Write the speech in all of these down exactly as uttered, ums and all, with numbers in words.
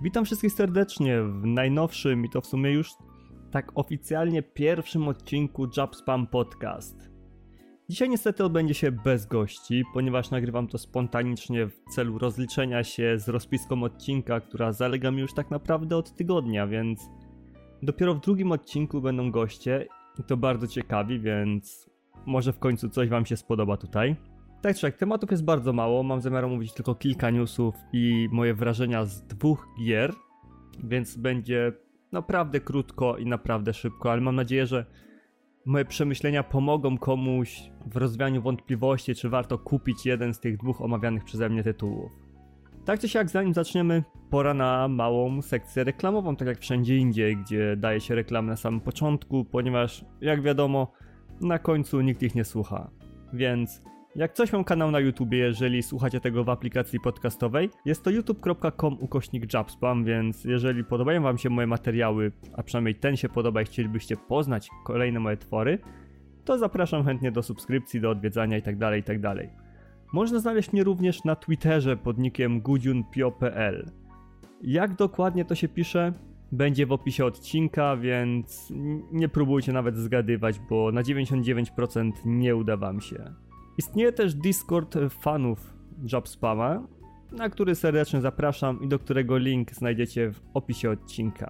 Witam wszystkich serdecznie w najnowszym i to w sumie już tak oficjalnie pierwszym odcinku JobSpam Podcast. Dzisiaj niestety odbędzie się bez gości, ponieważ nagrywam to spontanicznie w celu rozliczenia się z rozpiską odcinka, która zalega mi już tak naprawdę od tygodnia, więc dopiero w drugim odcinku będą goście i to bardzo ciekawi, więc może w końcu coś wam się spodoba tutaj. Tak czy jak, tematów jest bardzo mało, mam zamiar omówić tylko kilka newsów i moje wrażenia z dwóch gier, więc będzie naprawdę krótko i naprawdę szybko, ale mam nadzieję, że moje przemyślenia pomogą komuś w rozwianiu wątpliwości, czy warto kupić jeden z tych dwóch omawianych przeze mnie tytułów. Tak czy siak, zanim zaczniemy, pora na małą sekcję reklamową, tak jak wszędzie indziej, gdzie daje się reklamy na samym początku, ponieważ jak wiadomo, na końcu nikt ich nie słucha. Więc jak coś, mam kanał na YouTubie, jeżeli słuchacie tego w aplikacji podcastowej. Jest to youtube kropka com ukośnik JobSpam, więc jeżeli podobają wam się moje materiały, a przynajmniej ten się podoba i chcielibyście poznać kolejne moje twory, to zapraszam chętnie do subskrypcji, do odwiedzania itd., itd. Można znaleźć mnie również na Twitterze pod nickiem gudziun kropka pio kropka pl. Jak dokładnie to się pisze, będzie w opisie odcinka, więc nie próbujcie nawet zgadywać, bo na dziewięćdziesiąt dziewięć procent nie uda wam się. Istnieje też Discord fanów JobSpama, na który serdecznie zapraszam i do którego link znajdziecie w opisie odcinka.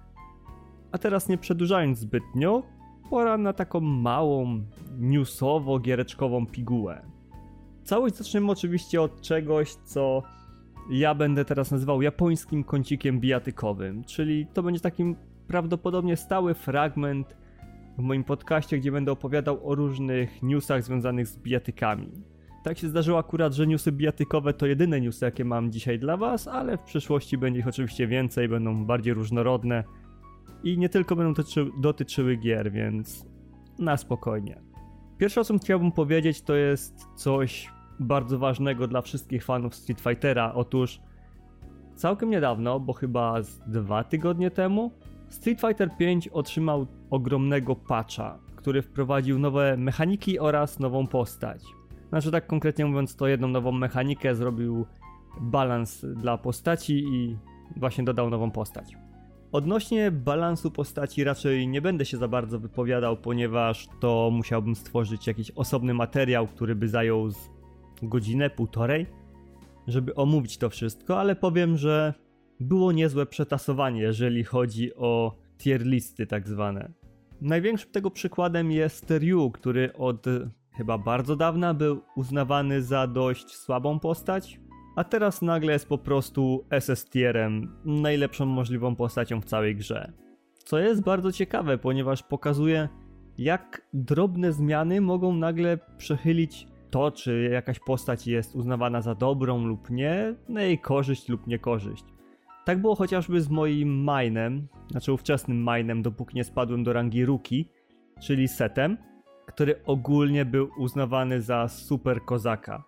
A teraz nie przedłużając zbytnio, pora na taką małą, newsowo-giereczkową pigułę. Całość zaczniemy oczywiście od czegoś, co ja będę teraz nazywał japońskim kącikiem bijatykowym, czyli to będzie takim prawdopodobnie stały fragment w moim podcaście, gdzie będę opowiadał o różnych newsach związanych z bijatykami. Tak się zdarzyło akurat, że newsy bijatykowe to jedyne newsy, jakie mam dzisiaj dla was, ale w przyszłości będzie ich oczywiście więcej, będą bardziej różnorodne i nie tylko będą dotyczy, dotyczyły gier, więc na spokojnie. Pierwsze, o czym chciałbym powiedzieć, to jest coś bardzo ważnego dla wszystkich fanów Street Fightera. Otóż całkiem niedawno, bo chyba z dwa tygodnie temu, Street Fighter pięć otrzymał ogromnego patcha, który wprowadził nowe mechaniki oraz nową postać. Znaczy tak konkretnie mówiąc, to jedną nową mechanikę, zrobił balans dla postaci i właśnie dodał nową postać. Odnośnie balansu postaci raczej nie będę się za bardzo wypowiadał, ponieważ to musiałbym stworzyć jakiś osobny materiał, który by zajął z godzinę, półtorej, żeby omówić to wszystko, ale powiem, że było niezłe przetasowanie, jeżeli chodzi o tier listy tak zwane. Największym tego przykładem jest Ryu, który od chyba bardzo dawna był uznawany za dość słabą postać, a teraz nagle jest po prostu S S tierem, najlepszą możliwą postacią w całej grze. Co jest bardzo ciekawe, ponieważ pokazuje, jak drobne zmiany mogą nagle przechylić to, czy jakaś postać jest uznawana za dobrą lub nie, na jej korzyść lub niekorzyść. Tak było chociażby z moim mainem, znaczy ówczesnym mainem, dopóki nie spadłem do rangi Rookie, czyli Setem, który ogólnie był uznawany za super kozaka.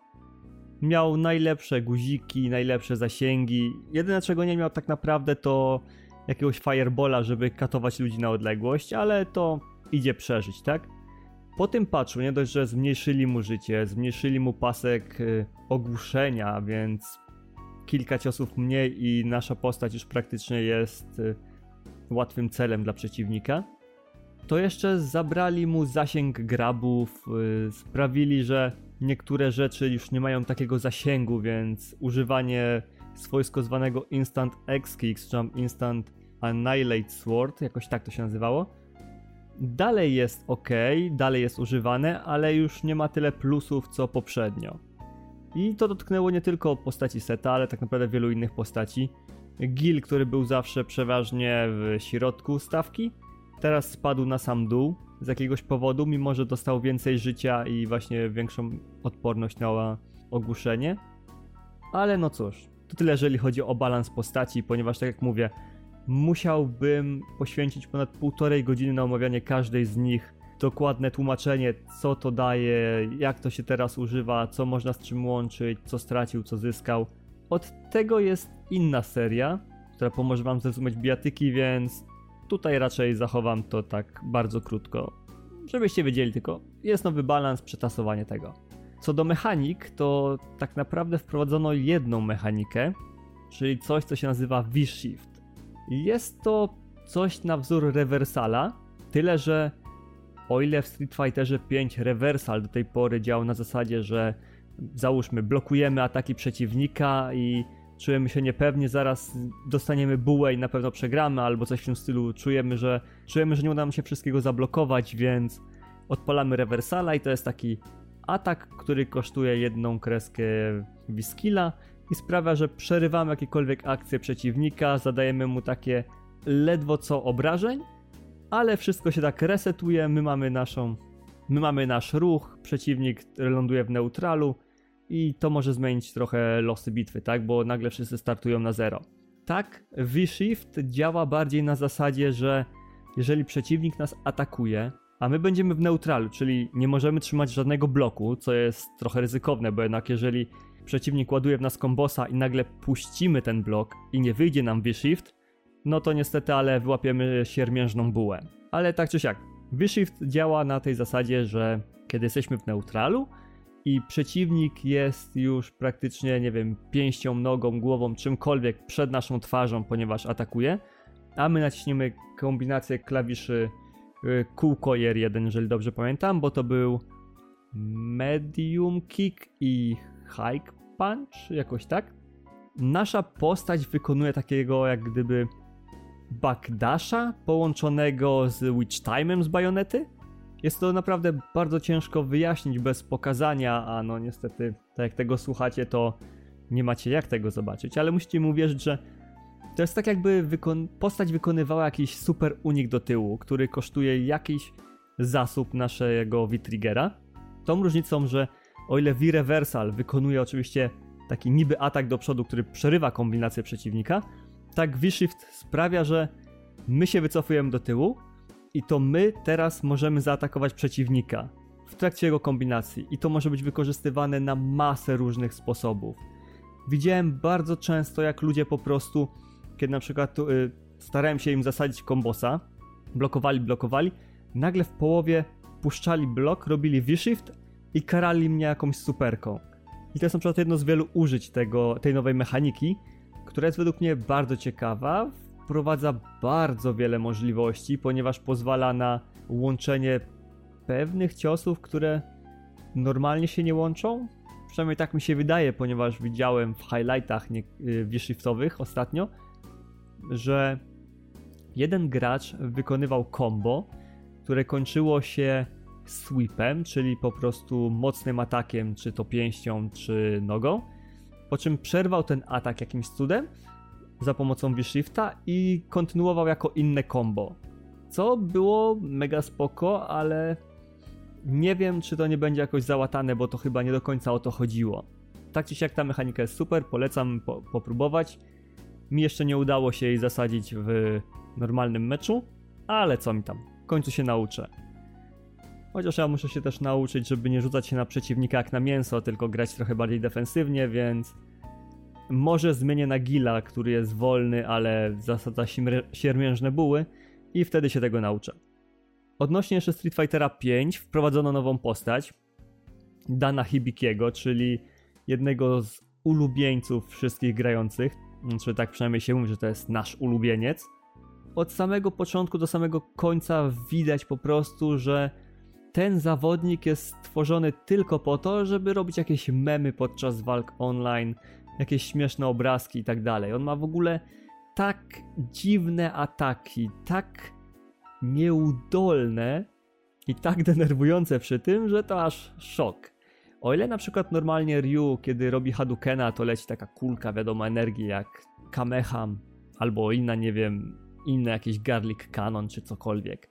Miał najlepsze guziki, najlepsze zasięgi, jedyne czego nie miał tak naprawdę to jakiegoś fireballa, żeby katować ludzi na odległość, ale to idzie przeżyć, tak? Po tym patchu nie dość, że zmniejszyli mu życie, zmniejszyli mu pasek y, ogłuszenia, więc kilka ciosów mniej i nasza postać już praktycznie jest y, łatwym celem dla przeciwnika. To jeszcze zabrali mu zasięg grabów, y, sprawili, że niektóre rzeczy już nie mają takiego zasięgu, więc używanie swojsko zwanego Instant X-Kicks, czy Instant Annihilate Sword, jakoś tak to się nazywało, dalej jest ok, dalej jest używane, ale już nie ma tyle plusów co poprzednio. I to dotknęło nie tylko postaci Seta, ale tak naprawdę wielu innych postaci. Gil, który był zawsze przeważnie w środku stawki, teraz spadł na sam dół z jakiegoś powodu, mimo że dostał więcej życia i właśnie większą odporność na ogłuszenie. Ale no cóż, to tyle jeżeli chodzi o balans postaci, ponieważ tak jak mówię, musiałbym poświęcić ponad półtorej godziny na omawianie każdej z nich, dokładne tłumaczenie, co to daje, jak to się teraz używa, co można z czym łączyć, co stracił, co zyskał. Od tego jest inna seria, która pomoże wam zrozumieć bijatyki, więc tutaj raczej zachowam to tak bardzo krótko, żebyście wiedzieli tylko, jest nowy balans, przetasowanie tego. Co do mechanik, to tak naprawdę wprowadzono jedną mechanikę, czyli coś, co się nazywa V-Shift. Jest to coś na wzór rewersala, tyle że o ile w Street Fighterze pięć rewersal do tej pory działał na zasadzie, że załóżmy blokujemy ataki przeciwnika i czujemy się niepewnie, zaraz dostaniemy bułę i na pewno przegramy, albo coś w tym stylu, czujemy, że czujemy, że nie uda nam się wszystkiego zablokować, więc odpalamy rewersala i to jest taki atak, który kosztuje jedną kreskę V-Skilla i sprawia, że przerywamy jakiekolwiek akcje przeciwnika, zadajemy mu takie ledwo co obrażeń, ale wszystko się tak resetuje, my mamy naszą, my mamy nasz ruch, przeciwnik ląduje w neutralu i to może zmienić trochę losy bitwy, tak, bo nagle wszyscy startują na zero. Tak, V-Shift działa bardziej na zasadzie, że jeżeli przeciwnik nas atakuje, a my będziemy w neutralu, czyli nie możemy trzymać żadnego bloku, co jest trochę ryzykowne, bo jednak jeżeli przeciwnik ładuje w nas kombosa i nagle puścimy ten blok i nie wyjdzie nam V-Shift, no to niestety, ale wyłapiemy siermiężną bułę. Ale tak czy siak, V-Shift działa na tej zasadzie, że kiedy jesteśmy w neutralu i przeciwnik jest już praktycznie, nie wiem, pięścią, nogą, głową, czymkolwiek przed naszą twarzą, ponieważ atakuje, a my naciśniemy kombinację klawiszy kółko R jeden, jeżeli dobrze pamiętam, bo to był medium kick i high punch, jakoś tak. Nasza postać wykonuje takiego jak gdyby backdasha połączonego z witch time'em z bajonety. Jest to naprawdę bardzo ciężko wyjaśnić bez pokazania, a no niestety, tak jak tego słuchacie, to nie macie jak tego zobaczyć, ale musicie mi uwierzyć, że to jest tak jakby wykon- postać wykonywała jakiś super unik do tyłu, który kosztuje jakiś zasób naszego V-Triggera. Tą różnicą, że o ile V-Reversal wykonuje oczywiście taki niby atak do przodu, który przerywa kombinację przeciwnika, tak V-Shift sprawia, że my się wycofujemy do tyłu i to my teraz możemy zaatakować przeciwnika w trakcie jego kombinacji i to może być wykorzystywane na masę różnych sposobów. Widziałem bardzo często, jak ludzie po prostu, kiedy na przykład y, starałem się im zasadzić kombosa, blokowali, blokowali, nagle w połowie puszczali blok, robili V-Shift i karali mnie jakąś superką. I to jest na przykład jedno z wielu użyć tego, tej nowej mechaniki, która jest według mnie bardzo ciekawa, wprowadza bardzo wiele możliwości, ponieważ pozwala na łączenie pewnych ciosów, które normalnie się nie łączą. Przynajmniej tak mi się wydaje, ponieważ widziałem w highlightach V-Shiftowych ostatnio, że jeden gracz wykonywał combo, które kończyło się sweepem, czyli po prostu mocnym atakiem, czy to pięścią, czy nogą, po czym przerwał ten atak jakimś cudem za pomocą V-Shifta i kontynuował jako inne combo, co było mega spoko, ale nie wiem, czy to nie będzie jakoś załatane, bo to chyba nie do końca o to chodziło. Tak czy siak ta mechanika jest super, polecam po- popróbować. Mi jeszcze nie udało się jej zasadzić w normalnym meczu, ale co mi tam, w końcu się nauczę. Chociaż ja muszę się też nauczyć, żeby nie rzucać się na przeciwnika jak na mięso, tylko grać trochę bardziej defensywnie, więc może zmienię na Gila, który jest wolny, ale zasadza siermiężne buły i wtedy się tego nauczę. Odnośnie jeszcze Street Fightera pięć wprowadzono nową postać, Dana Hibikiego, czyli jednego z ulubieńców wszystkich grających, czy tak przynajmniej się mówi, że to jest nasz ulubieniec. Od samego początku do samego końca widać po prostu, że ten zawodnik jest stworzony tylko po to, żeby robić jakieś memy podczas walk online, jakieś śmieszne obrazki i tak dalej. On ma w ogóle tak dziwne ataki, tak nieudolne i tak denerwujące przy tym, że to aż szok. O ile na przykład normalnie Ryu, kiedy robi Hadoukena, to leci taka kulka, wiadomo, energii jak Kameham albo inna, nie wiem, inne jakieś Garlic Cannon czy cokolwiek.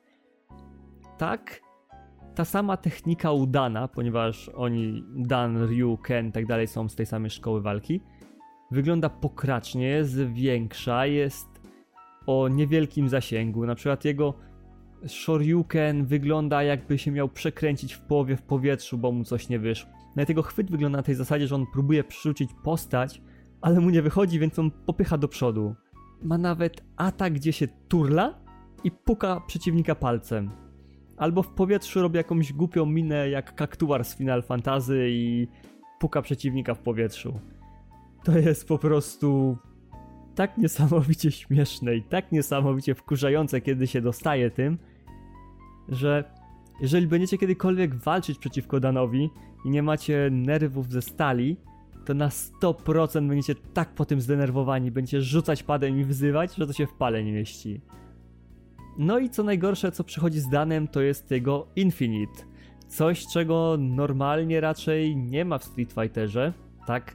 Tak, ta sama technika udana, ponieważ oni, Dan, Ryu, Ken i tak dalej są z tej samej szkoły walki, wygląda pokracznie, jest większa, jest o niewielkim zasięgu. Na przykład jego Shoryuken wygląda, jakby się miał przekręcić w połowie w powietrzu, bo mu coś nie wyszło. Nawet jego chwyt wygląda na tej zasadzie, że on próbuje przerzucić postać, ale mu nie wychodzi, więc on popycha do przodu. Ma nawet atak, gdzie się turla i puka przeciwnika palcem. Albo w powietrzu robi jakąś głupią minę jak kaktuar z Final Fantasy i puka przeciwnika w powietrzu. To jest po prostu tak niesamowicie śmieszne i tak niesamowicie wkurzające, kiedy się dostaje tym, że jeżeli będziecie kiedykolwiek walczyć przeciwko Danowi i nie macie nerwów ze stali, to na sto procent będziecie tak po tym zdenerwowani, będziecie rzucać padem i wzywać, że to się w pale nie mieści. No i co najgorsze, co przychodzi z Danem, to jest jego Infinite. Coś, czego normalnie raczej nie ma w Street Fighterze, tak?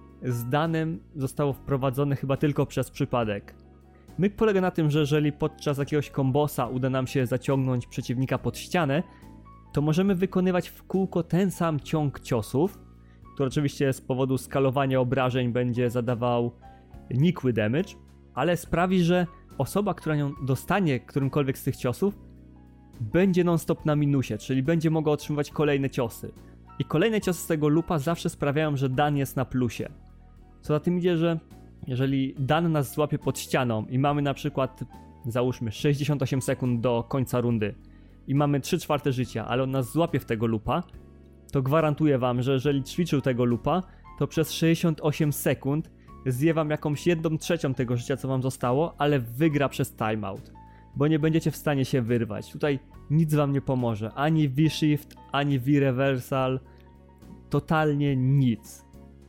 Z Danem zostało wprowadzone chyba tylko przez przypadek. Myk polega na tym, że jeżeli podczas jakiegoś kombosa uda nam się zaciągnąć przeciwnika pod ścianę, to możemy wykonywać w kółko ten sam ciąg ciosów, który oczywiście z powodu skalowania obrażeń będzie zadawał nikły damage, ale sprawi, że osoba, która ją dostanie którymkolwiek z tych ciosów, będzie non-stop na minusie, czyli będzie mogła otrzymywać kolejne ciosy. I kolejne ciosy z tego loopa zawsze sprawiają, że Dan jest na plusie. Co za tym idzie, że jeżeli Dan nas złapie pod ścianą i mamy na przykład, załóżmy, sześćdziesiąt osiem sekund do końca rundy i mamy trzy czwarte życia, ale on nas złapie w tego loopa, to gwarantuję wam, że jeżeli ćwiczył tego loopa, to przez sześćdziesiąt osiem sekund zje wam jakąś jedną trzecią tego życia, co wam zostało, ale wygra przez timeout, bo nie będziecie w stanie się wyrwać. Tutaj nic wam nie pomoże, ani V-Shift, ani V-Reversal, totalnie nic.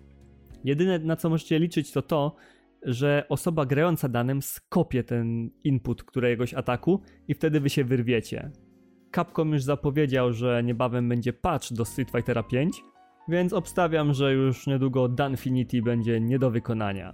Jedyne, na co możecie liczyć, to to, że osoba grająca Danem skopie ten input któregoś ataku i wtedy wy się wyrwiecie. Capcom już zapowiedział, że niebawem będzie patch do Street Fightera pięć, więc obstawiam, że już niedługo Danfinity będzie nie do wykonania.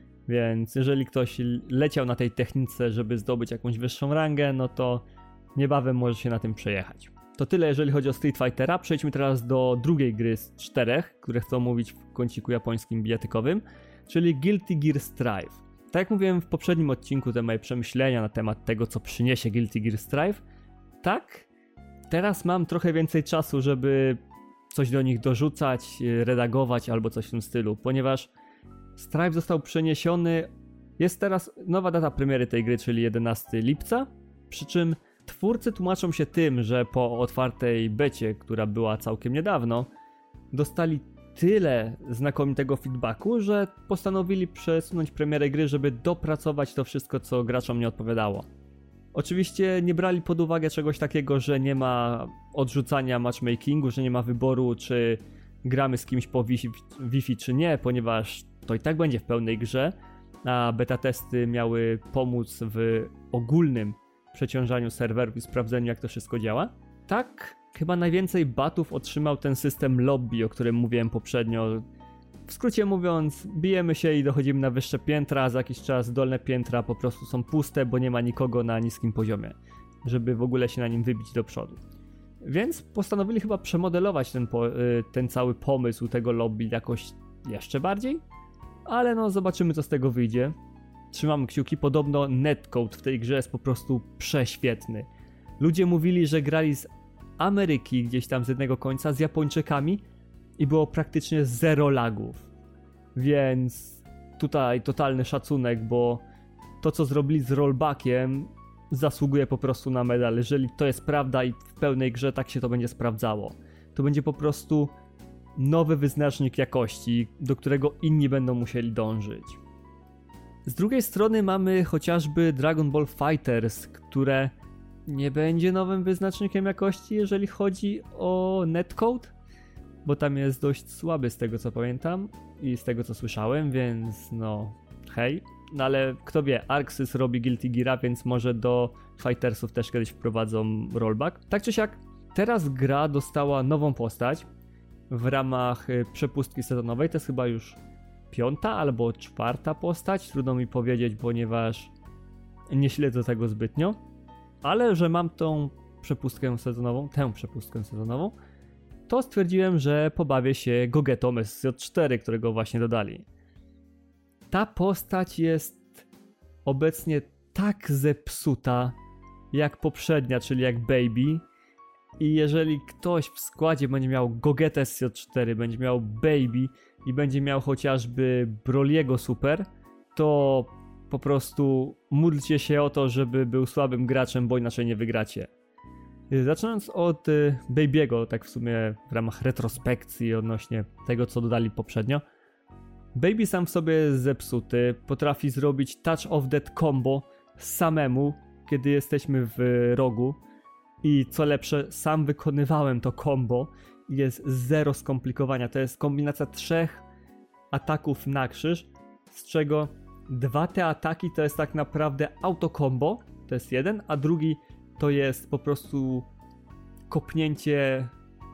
Więc jeżeli ktoś leciał na tej technice, żeby zdobyć jakąś wyższą rangę, no to niebawem może się na tym przejechać. To tyle, jeżeli chodzi o Street Fightera. Przejdźmy teraz do drugiej gry z czterech, które chcą mówić w kąciku japońskim bijatykowym, czyli Guilty Gear Strive. Tak jak mówiłem w poprzednim odcinku, te moje przemyślenia na temat tego, co przyniesie Guilty Gear Strive, tak, teraz mam trochę więcej czasu, żeby coś do nich dorzucać, redagować albo coś w tym stylu, ponieważ Strive został przeniesiony, jest teraz nowa data premiery tej gry, czyli jedenastego lipca, przy czym twórcy tłumaczą się tym, że po otwartej becie, która była całkiem niedawno, dostali tyle znakomitego feedbacku, że postanowili przesunąć premierę gry, żeby dopracować to wszystko, co graczom nie odpowiadało. Oczywiście nie brali pod uwagę czegoś takiego, że nie ma odrzucania matchmakingu, że nie ma wyboru, czy gramy z kimś po Wi-Fi czy nie, ponieważ to i tak będzie w pełnej grze, a beta testy miały pomóc w ogólnym przeciążaniu serwerów i sprawdzeniu, jak to wszystko działa. Tak, chyba najwięcej batów otrzymał ten system lobby, o którym mówiłem poprzednio. W skrócie mówiąc, bijemy się i dochodzimy na wyższe piętra, a za jakiś czas dolne piętra po prostu są puste, bo nie ma nikogo na niskim poziomie, żeby w ogóle się na nim wybić do przodu. Więc postanowili chyba przemodelować ten, po, ten cały pomysł tego lobby jakoś jeszcze bardziej, ale no zobaczymy, co z tego wyjdzie. Trzymam kciuki, podobno netcode w tej grze jest po prostu prześwietny. Ludzie mówili, że grali z Ameryki gdzieś tam z jednego końca z Japończykami i było praktycznie zero lagów. Więc tutaj totalny szacunek, bo to, co zrobili z rollbackiem, zasługuje po prostu na medal. Jeżeli to jest prawda i w pełnej grze tak się to będzie sprawdzało, to będzie po prostu nowy wyznacznik jakości, do którego inni będą musieli dążyć. Z drugiej strony mamy chociażby Dragon Ball FighterZ, które nie będzie nowym wyznacznikiem jakości, jeżeli chodzi o netcode, bo tam jest dość słaby z tego, co pamiętam i z tego, co słyszałem, więc no hej. No ale kto wie, Arxis robi Guilty Geara, więc może do Fightersów też kiedyś wprowadzą rollback. Tak czy siak, teraz gra dostała nową postać w ramach przepustki sezonowej, to jest chyba już piąta albo czwarta postać, trudno mi powiedzieć, ponieważ nie śledzę tego zbytnio, ale że mam tą przepustkę sezonową, tę przepustkę sezonową, to stwierdziłem, że pobawię się Gogetą S J cztery, którego właśnie dodali. Ta postać jest obecnie tak zepsuta jak poprzednia, czyli jak Baby, i jeżeli ktoś w składzie będzie miał Gogetę S J cztery, będzie miał Baby i będzie miał chociażby Broliego Super, to po prostu módlcie się o to, żeby był słabym graczem, bo inaczej nie wygracie. Zaczynając od Baby'ego, tak w sumie w ramach retrospekcji odnośnie tego, co dodali poprzednio, Baby sam w sobie jest zepsuty, potrafi zrobić touch of death combo samemu, kiedy jesteśmy w rogu. I co lepsze, sam wykonywałem to combo i jest zero skomplikowania. To jest kombinacja trzech ataków na krzyż, z czego dwa te ataki to jest tak naprawdę auto combo, to jest jeden, a drugi to jest po prostu kopnięcie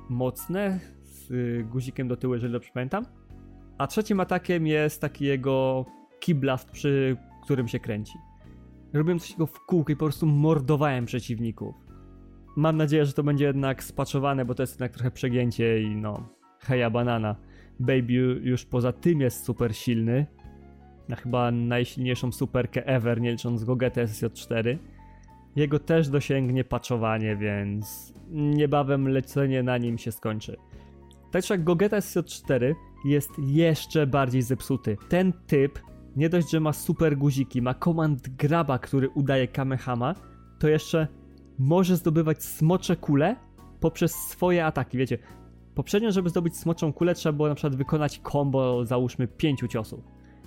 mocne z guzikiem do tyłu, jeżeli dobrze pamiętam. A trzecim atakiem jest taki jego key blast, przy którym się kręci. Robiłem coś takiego w kółko i po prostu mordowałem przeciwników. Mam nadzieję, że to będzie jednak spaczowane, bo to jest jednak trochę przegięcie i no, heja banana. Baby już poza tym jest super silny. Na chyba najsilniejszą superkę ever, nie licząc Gogetę S J cztery. Jego też dosięgnie patchowanie, więc niebawem lecenie na nim się skończy. Tak jak Gogeta S J cztery jest jeszcze bardziej zepsuty. Ten typ nie dość, że ma super guziki, ma command graba, który udaje Kamehama, to jeszcze może zdobywać smocze kule poprzez swoje ataki. Wiecie, poprzednio, żeby zdobyć smoczą kulę, trzeba było na przykład wykonać combo, załóżmy, pięciu ciosów.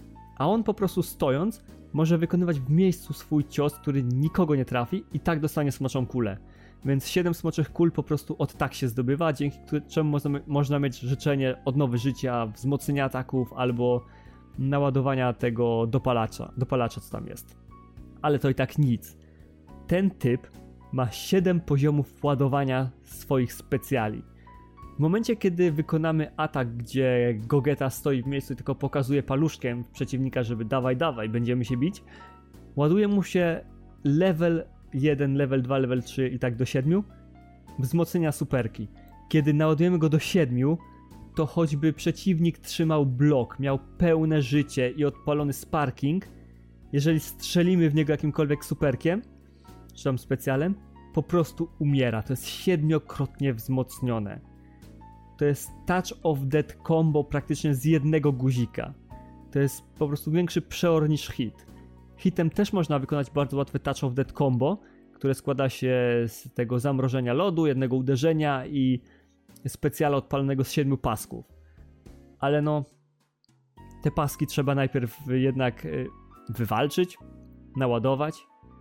A on po prostu stojąc może wykonywać w miejscu swój cios, który nikogo nie trafi i tak dostanie smoczą kulę. Więc siedem smoczych kul po prostu od tak się zdobywa, dzięki czemu można, można mieć życzenie odnowy życia, wzmocnienia ataków albo naładowania tego dopalacza, dopalacza co tam jest. Ale to i tak nic. Ten typ ma siedem poziomów ładowania swoich specjali. W momencie, kiedy wykonamy atak, gdzie Gogeta stoi w miejscu i tylko pokazuje paluszkiem przeciwnika, żeby dawaj, dawaj, będziemy się bić, ładuje mu się level jeden, level dwa, level trzy i tak do siedmiu wzmocnienia superki. Kiedy naładujemy go do siedmiu, to choćby przeciwnik trzymał blok, miał pełne życie i odpalony sparking, jeżeli strzelimy w niego jakimkolwiek superkiem, czy tam specjalem, po prostu umiera. To jest siedmiokrotnie wzmocnione. To jest touch of death combo praktycznie z jednego guzika. To jest po prostu większy przeor niż hit. Hitem też można wykonać bardzo łatwy touch of death combo, które składa się z tego zamrożenia lodu, jednego uderzenia i specjala odpalonego z siedmiu pasków. Ale no, te paski trzeba najpierw jednak wywalczyć, naładować.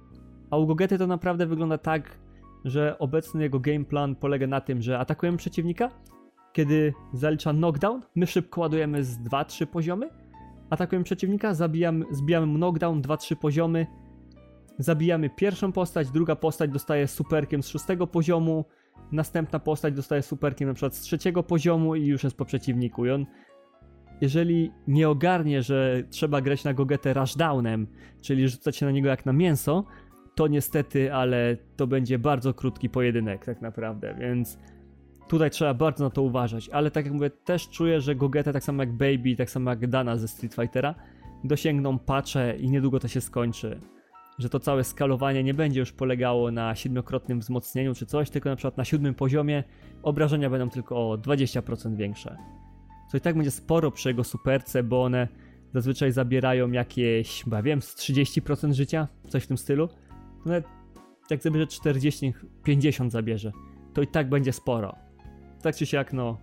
A u Gogety to naprawdę wygląda tak, że obecny jego gameplan polega na tym, że atakujemy przeciwnika, kiedy zalicza knockdown, my szybko ładujemy z dwa trzy poziomy, atakujemy przeciwnika, zabijamy, zbijamy mu knockdown, dwa trzy poziomy, zabijamy pierwszą postać, druga postać dostaje superkiem z szóstego poziomu, następna postać dostaje superkiem na przykład z trzeciego poziomu i już jest po przeciwniku. I on, jeżeli nie ogarnie, że trzeba grać na Gogetę rushdownem, czyli rzucać się na niego jak na mięso, to niestety, ale to będzie bardzo krótki pojedynek tak naprawdę, więc tutaj trzeba bardzo na to uważać, ale tak jak mówię, też czuję, że Gogeta, tak samo jak Baby, tak samo jak Dana ze Street Fightera, dosięgną patche i niedługo to się skończy. Że to całe skalowanie nie będzie już polegało na siedmiokrotnym wzmocnieniu czy coś, tylko na przykład na siódmym poziomie obrażenia będą tylko o dwadzieścia procent większe. Co i tak będzie sporo przy jego superce, bo one zazwyczaj zabierają jakieś, bo ja wiem, z trzydzieści procent życia, coś w tym stylu. Nawet jak zabierze czterdzieści pięćdziesiąt zabierze, to i tak będzie sporo. Tak czy siak, no,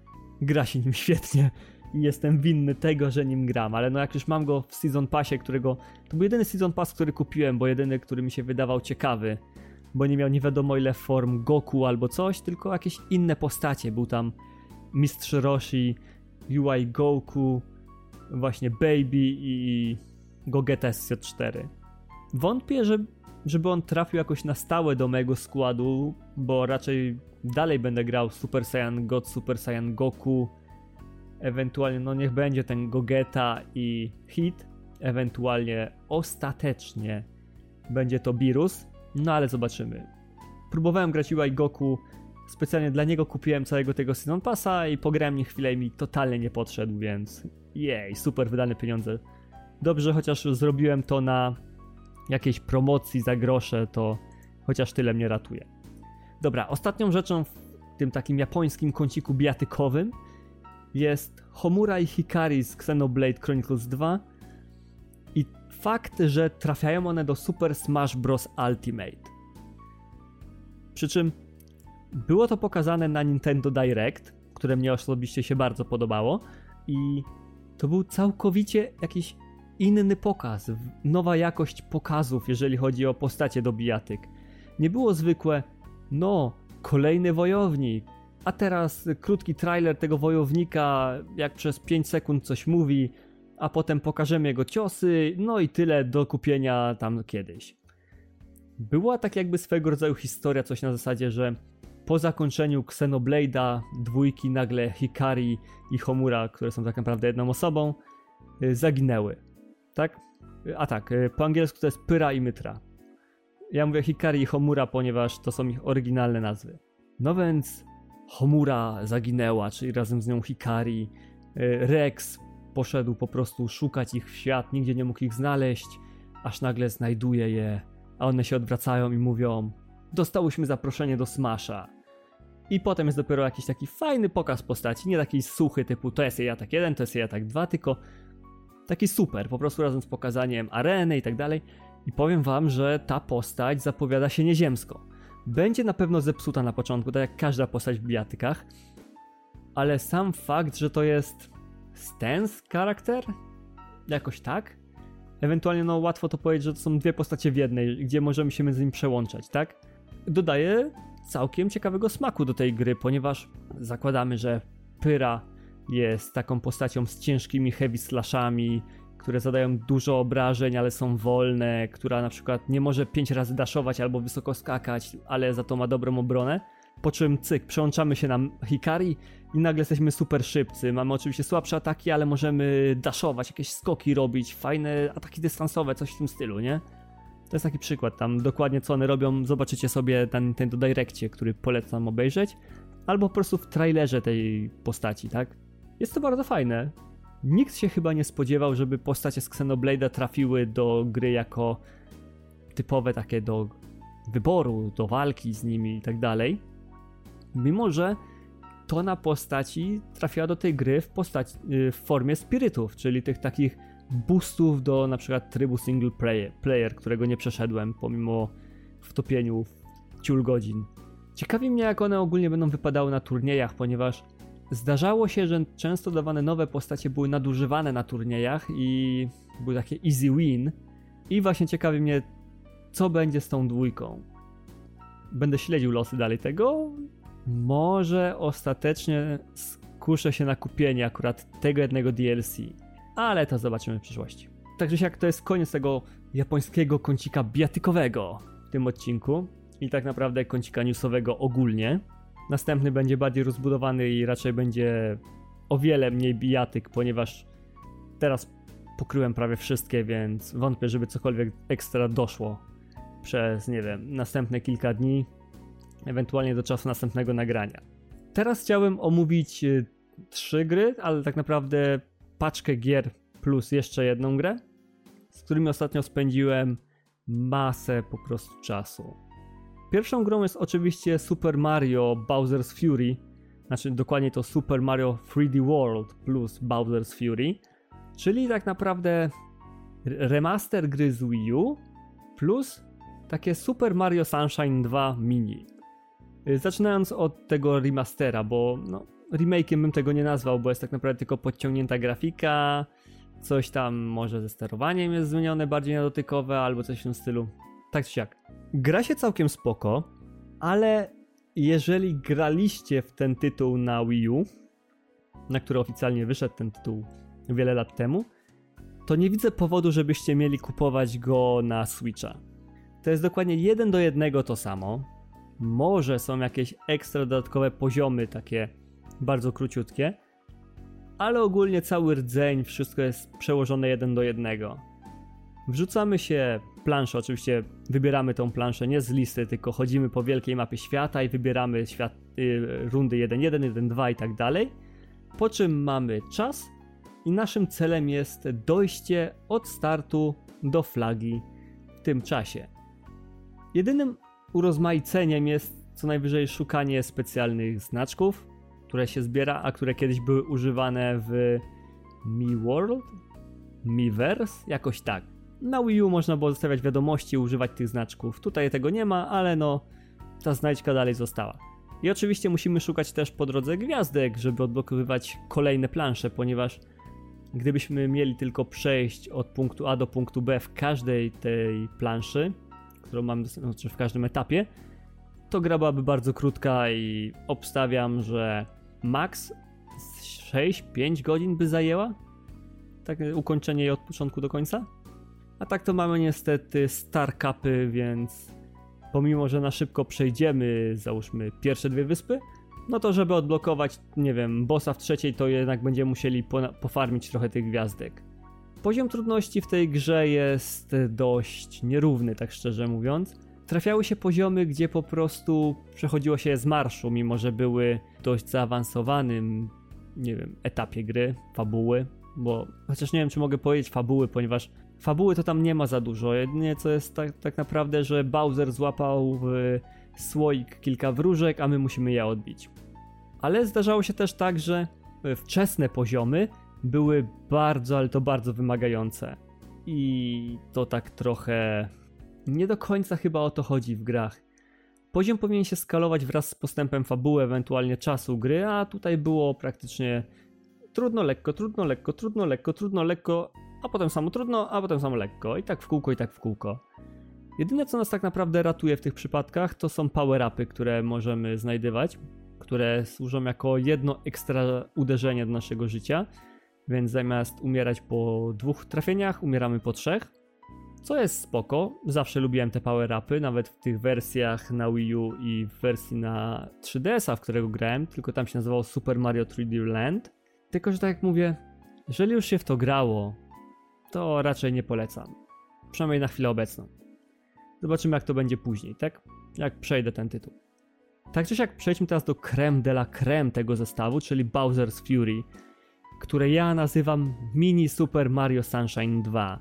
gra się nim świetnie i jestem winny tego, że nim gram, ale no jak już mam go w Season Passie, którego, to był jedyny Season Pass, który kupiłem, bo jedyny, który mi się wydawał ciekawy, bo nie miał nie wiadomo ile form Goku albo coś, tylko jakieś inne postacie, był tam Mistrz Roshi, U I Goku, właśnie Baby i Gogeta S J cztery. Wątpię, że, żeby on trafił jakoś na stałe do mojego składu, bo raczej dalej będę grał Super Saiyan God, Super Saiyan Goku, ewentualnie no niech będzie ten Gogeta i Hit, ewentualnie ostatecznie będzie to Beerus, no ale zobaczymy. Próbowałem grać U I Goku, specjalnie dla niego kupiłem całego tego Season Passa i pograłem nim chwilę i mi totalnie nie podszedł, więc jej, super wydane pieniądze. Dobrze, chociaż zrobiłem to na jakiejś promocji za grosze, to chociaż tyle mnie ratuje. Dobra, ostatnią rzeczą w tym takim japońskim kąciku bijatykowym jest Homura i Hikari z Xenoblade Chronicles dwa i fakt, że trafiają one do Super Smash Bros. Ultimate. Przy czym było to pokazane na Nintendo Direct, które mnie osobiście się bardzo podobało i To był całkowicie jakiś inny pokaz, nowa jakość pokazów, jeżeli chodzi o postacie do bijatyk. Nie było zwykłe, no, kolejny wojownik, a teraz krótki trailer tego wojownika, jak przez pięć sekund coś mówi, a potem pokażemy jego ciosy, no i tyle do kupienia tam kiedyś. Była tak jakby swego rodzaju historia, coś na zasadzie, że po zakończeniu Xenoblade'a dwójki nagle Hikari i Homura, które są tak naprawdę jedną osobą, zaginęły. Tak? A tak, po angielsku to jest Pyra i Mytra. Ja mówię Hikari i Homura, ponieważ to są ich oryginalne nazwy. No więc Homura zaginęła, czyli razem z nią Hikari. Rex poszedł po prostu szukać ich w świat, nigdzie nie mógł ich znaleźć, aż nagle znajduje je, a one się odwracają i mówią: dostałyśmy zaproszenie do Smasha. I potem jest dopiero jakiś taki fajny pokaz postaci, nie taki suchy typu to jest jej atak jeden, to jest jej atak dwa, tylko taki super, po prostu razem z pokazaniem areny i tak dalej. I powiem wam, że ta postać zapowiada się nieziemsko. Będzie na pewno zepsuta na początku, tak jak każda postać w bijatykach, ale sam fakt, że to jest stance charakter? Jakoś tak? Ewentualnie no łatwo to powiedzieć, że to są dwie postacie w jednej, gdzie możemy się między nimi przełączać, tak? Dodaje całkiem ciekawego smaku do tej gry, ponieważ zakładamy, że Pyra jest taką postacią z ciężkimi heavy slashami, które zadają dużo obrażeń, ale są wolne, która na przykład nie może pięć razy dashować albo wysoko skakać, ale za to ma dobrą obronę. Po czym cyk, przełączamy się na Hikari i nagle jesteśmy super szybcy. Mamy oczywiście słabsze ataki, ale możemy dashować, jakieś skoki robić, fajne ataki dystansowe, coś w tym stylu, nie? To jest taki przykład, tam dokładnie co one robią, zobaczycie sobie na Nintendo Direccie, który polecam obejrzeć, albo po prostu w trailerze tej postaci, tak? Jest to bardzo fajne. Nikt się chyba nie spodziewał, żeby postacie z Xenoblade'a trafiły do gry jako typowe takie do wyboru, do walki z nimi i tak dalej. Mimo że tona postaci trafiła do tej gry w, postaci, w formie spirytów, czyli tych takich boostów do na przykład trybu single player, player, którego nie przeszedłem pomimo wtopieniu w ciul godzin. Ciekawi mnie, jak one ogólnie będą wypadały na turniejach, ponieważ zdarzało się, że często dawane nowe postacie były nadużywane na turniejach i były takie easy win. I właśnie ciekawi mnie, co będzie z tą dwójką. Będę śledził losy dalej tego. Może ostatecznie skuszę się na kupienie akurat tego jednego D L C, ale to zobaczymy w przyszłości. Także jak to jest koniec tego japońskiego kącika bijatykowego w tym odcinku i tak naprawdę kącika newsowego ogólnie. Następny będzie bardziej rozbudowany i raczej będzie o wiele mniej bijatyk, ponieważ teraz pokryłem prawie wszystkie, więc wątpię, żeby cokolwiek ekstra doszło przez, nie wiem, następne kilka dni, ewentualnie do czasu następnego nagrania. Teraz chciałem omówić y, trzy gry, ale tak naprawdę paczkę gier plus jeszcze jedną grę, z którymi ostatnio spędziłem masę po prostu czasu. Pierwszą grą jest oczywiście Super Mario Bowser's Fury, znaczy dokładnie to Super Mario trzy D World plus Bowser's Fury, czyli tak naprawdę remaster gry z Wii U plus takie Super Mario Sunshine dwa Mini. Zaczynając od tego remastera, bo no, remake'iem bym tego nie nazwał, bo jest tak naprawdę tylko podciągnięta grafika, coś tam może ze sterowaniem jest zmienione bardziej na dotykowe albo coś w tym stylu. Tak czy siak. Gra się całkiem spoko, ale jeżeli graliście w ten tytuł na Wii U, na który oficjalnie wyszedł ten tytuł wiele lat temu, to nie widzę powodu, żebyście mieli kupować go na Switcha. To jest dokładnie jeden do jednego to samo. Może są jakieś ekstra dodatkowe poziomy, takie bardzo króciutkie, ale ogólnie cały rdzeń, wszystko jest przełożone jeden do jednego. Wrzucamy się planszę, oczywiście wybieramy tą planszę nie z listy, tylko chodzimy po wielkiej mapie świata i wybieramy świat, y, rundy jeden jeden, jeden dwa i tak dalej. Po czym mamy czas i naszym celem jest dojście od startu do flagi w tym czasie. Jedynym urozmaiceniem jest co najwyżej szukanie specjalnych znaczków, które się zbiera, a które kiedyś były używane w Miiworld? Miiverse? Jakoś tak. Na Wii U można było zostawiać wiadomości i używać tych znaczków. Tutaj tego nie ma, ale no ta znajdźka dalej została. I oczywiście musimy szukać też po drodze gwiazdek, żeby odblokowywać kolejne plansze, ponieważ gdybyśmy mieli tylko przejść od punktu A do punktu B w każdej tej planszy, którą mamy, znaczy w każdym etapie, to gra byłaby bardzo krótka i obstawiam, że max sześć pięć godzin by zajęła tak ukończenie jej od początku do końca. A tak to mamy niestety star capy, więc pomimo, że na szybko przejdziemy, załóżmy pierwsze dwie wyspy, no to żeby odblokować, nie wiem, bossa w trzeciej, to jednak będziemy musieli po- pofarmić trochę tych gwiazdek. Poziom trudności w tej grze jest dość nierówny, tak szczerze mówiąc. Trafiały się poziomy, gdzie po prostu przechodziło się z marszu, mimo że były w dość zaawansowanym, nie wiem, etapie gry, fabuły, bo chociaż nie wiem, czy mogę powiedzieć fabuły, ponieważ fabuły to tam nie ma za dużo. Jedynie co jest tak, tak naprawdę, że Bowser złapał w słoik kilka wróżek, a my musimy je odbić. Ale zdarzało się też tak, że wczesne poziomy były bardzo, ale to bardzo wymagające. I to tak trochę nie do końca chyba o to chodzi w grach. Poziom powinien się skalować wraz z postępem fabuły, ewentualnie czasu gry, a tutaj było praktycznie trudno, lekko, trudno, lekko, trudno, lekko, trudno, lekko, a potem samo trudno, a potem samo lekko. I tak w kółko, i tak w kółko. Jedyne, co nas tak naprawdę ratuje w tych przypadkach, to są power-upy, które możemy znajdywać, które służą jako jedno ekstra uderzenie do naszego życia, więc zamiast umierać po dwóch trafieniach, umieramy po trzech, co jest spoko. Zawsze lubiłem te power-upy, nawet w tych wersjach na Wii U i w wersji na trzy D S a, w którego grałem, tylko tam się nazywało Super Mario trzy D Land. Tylko, że tak jak mówię, jeżeli już się w to grało, to raczej nie polecam. Przynajmniej na chwilę obecną. Zobaczymy, jak to będzie później, tak? Jak przejdę ten tytuł. Tak czy siak przejdźmy teraz do creme de la creme tego zestawu, czyli Bowser's Fury, które ja nazywam Mini Super Mario Sunshine dwa.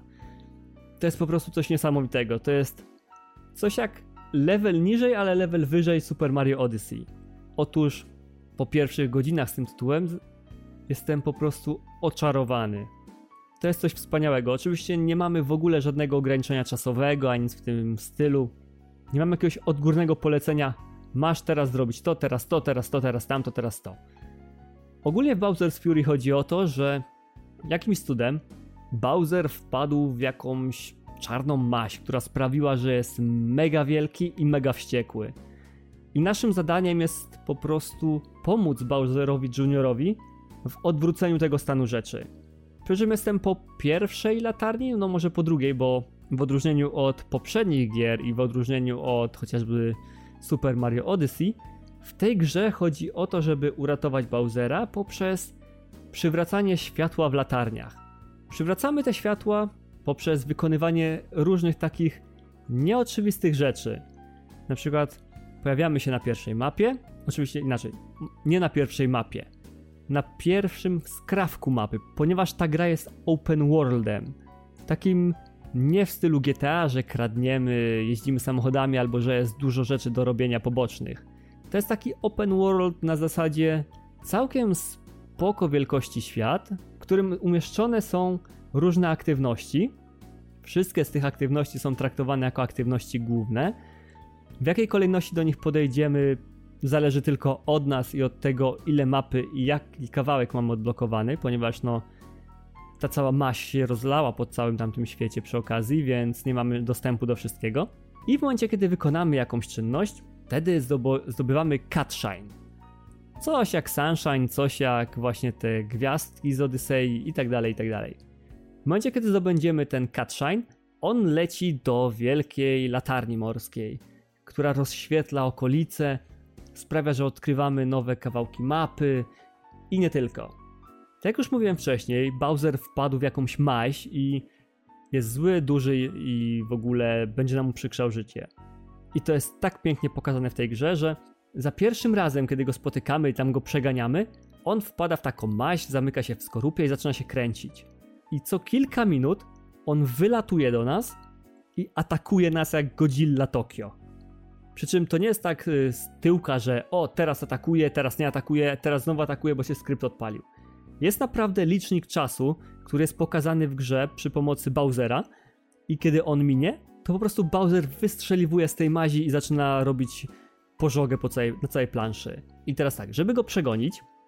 To jest po prostu coś niesamowitego. To jest coś jak level niżej, ale level wyżej Super Mario Odyssey. Otóż po pierwszych godzinach z tym tytułem jestem po prostu oczarowany. To jest coś wspaniałego. Oczywiście nie mamy w ogóle żadnego ograniczenia czasowego, ani nic w tym stylu. Nie mamy jakiegoś odgórnego polecenia. Masz teraz zrobić to, teraz to, teraz to, teraz tamto, teraz to. Ogólnie w Bowser's Fury chodzi o to, że jakimś cudem Bowser wpadł w jakąś czarną maź, która sprawiła, że jest mega wielki i mega wściekły. I naszym zadaniem jest po prostu pomóc Bowserowi juniorowi w odwróceniu tego stanu rzeczy. Przy czym jestem po pierwszej latarni, no może po drugiej, bo w odróżnieniu od poprzednich gier i w odróżnieniu od chociażby Super Mario Odyssey, w tej grze chodzi o to, żeby uratować Bowsera poprzez przywracanie światła w latarniach. Przywracamy te światła poprzez wykonywanie różnych takich nieoczywistych rzeczy. Na przykład pojawiamy się na pierwszej mapie, oczywiście inaczej, nie na pierwszej mapie, na pierwszym skrawku mapy, ponieważ ta gra jest open worldem. Takim nie w stylu G T A, że kradniemy, jeździmy samochodami albo że jest dużo rzeczy do robienia pobocznych. To jest taki open world na zasadzie całkiem spoko wielkości świat, w którym umieszczone są różne aktywności. Wszystkie z tych aktywności są traktowane jako aktywności główne. W jakiej kolejności do nich podejdziemy zależy tylko od nas i od tego, ile mapy i jaki kawałek mamy odblokowany, ponieważ no ta cała maść się rozlała po całym tamtym świecie przy okazji, więc nie mamy dostępu do wszystkiego. I w momencie, kiedy wykonamy jakąś czynność, wtedy zdobo- zdobywamy Catshine. Coś jak Sunshine, coś jak właśnie te gwiazdki z Odyssey i tak dalej, i tak dalej. W momencie, kiedy zdobędziemy ten Catshine, on leci do wielkiej latarni morskiej, która rozświetla okolice, sprawia, że odkrywamy nowe kawałki mapy i nie tylko. Tak jak już mówiłem wcześniej, Bowser wpadł w jakąś maź i jest zły, duży i w ogóle będzie nam uprzykrzał życie. I to jest tak pięknie pokazane w tej grze, że za pierwszym razem, kiedy go spotykamy i tam go przeganiamy, on wpada w taką maź, zamyka się w skorupie i zaczyna się kręcić. I co kilka minut on wylatuje do nas i atakuje nas jak Godzilla Tokio. Przy czym to nie jest tak z tyłka, że o, teraz atakuje, teraz nie atakuje, teraz znowu atakuje, bo się skrypt odpalił. Jest naprawdę licznik czasu, który jest pokazany w grze przy pomocy Bowsera i kiedy on minie, to po prostu Bowser wystrzeliwuje z tej mazi i zaczyna robić pożogę po całej, na całej planszy. I teraz tak, żeby go przegonić,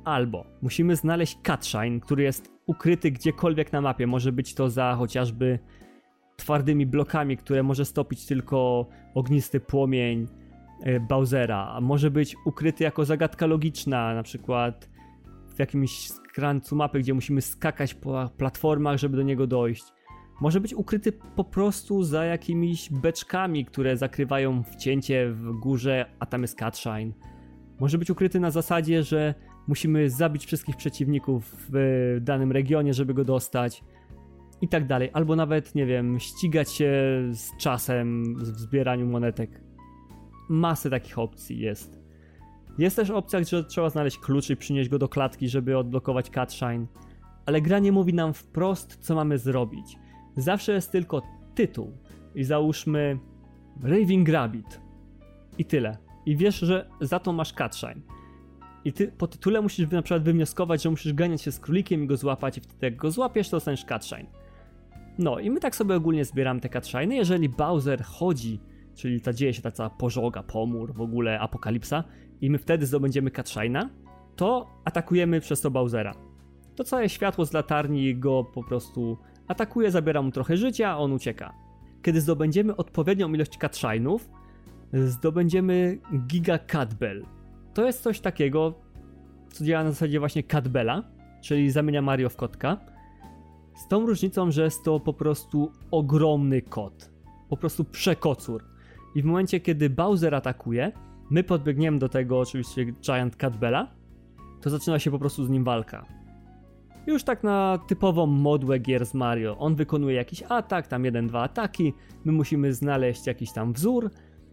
Albo musimy znaleźć cutscene, który jest ukryty gdziekolwiek na mapie. Może być to za chociażby twardymi blokami, które może stopić tylko ognisty płomień Bowsera. A może być ukryty jako zagadka logiczna, na przykład w jakimś krańcu mapy, gdzie musimy skakać po platformach, żeby do niego dojść. Może być ukryty po prostu za jakimiś beczkami, które zakrywają wcięcie w górze, a tam jest cutscene. Może być ukryty na zasadzie, że musimy zabić wszystkich przeciwników w danym regionie, żeby go dostać i tak dalej. Albo nawet, nie wiem, ścigać się z czasem w zbieraniu monetek. Masę takich opcji jest. Jest też opcja, że trzeba znaleźć klucz i przynieść go do klatki, żeby odblokować cutscene. Ale gra nie mówi nam wprost, co mamy zrobić. Zawsze jest tylko tytuł i załóżmy Raving Rabbit i tyle. I wiesz, że za to masz cutscene. I ty po tytule musisz na przykład wywnioskować, że musisz ganiać się z królikiem i go złapać i wtedy jak go złapiesz, to dostaniesz cutscene. No i my tak sobie ogólnie zbieramy te cutscene. Jeżeli Bowser chodzi, czyli ta dzieje się ta cała pożoga, pomór, w ogóle apokalipsa i my wtedy zdobędziemy cutscene'a, to atakujemy przez to Bowsera. To całe światło z latarni go po prostu atakuje, zabiera mu trochę życia, a on ucieka. Kiedy zdobędziemy odpowiednią ilość cutscene'ów, zdobędziemy Giga Cat Bell. To jest coś takiego, co działa na zasadzie właśnie Cat Bella, czyli zamienia Mario w kotka. Z tą różnicą, że jest to po prostu ogromny kot. Po prostu przekocur. I w momencie, kiedy Bowser atakuje, my podbiegniemy do tego oczywiście Giant Cat Bella, to zaczyna się po prostu z nim walka. Już tak na typową modłę gier z Mario. On wykonuje jakiś atak, tam jeden, dwa ataki, my musimy znaleźć jakiś tam wzór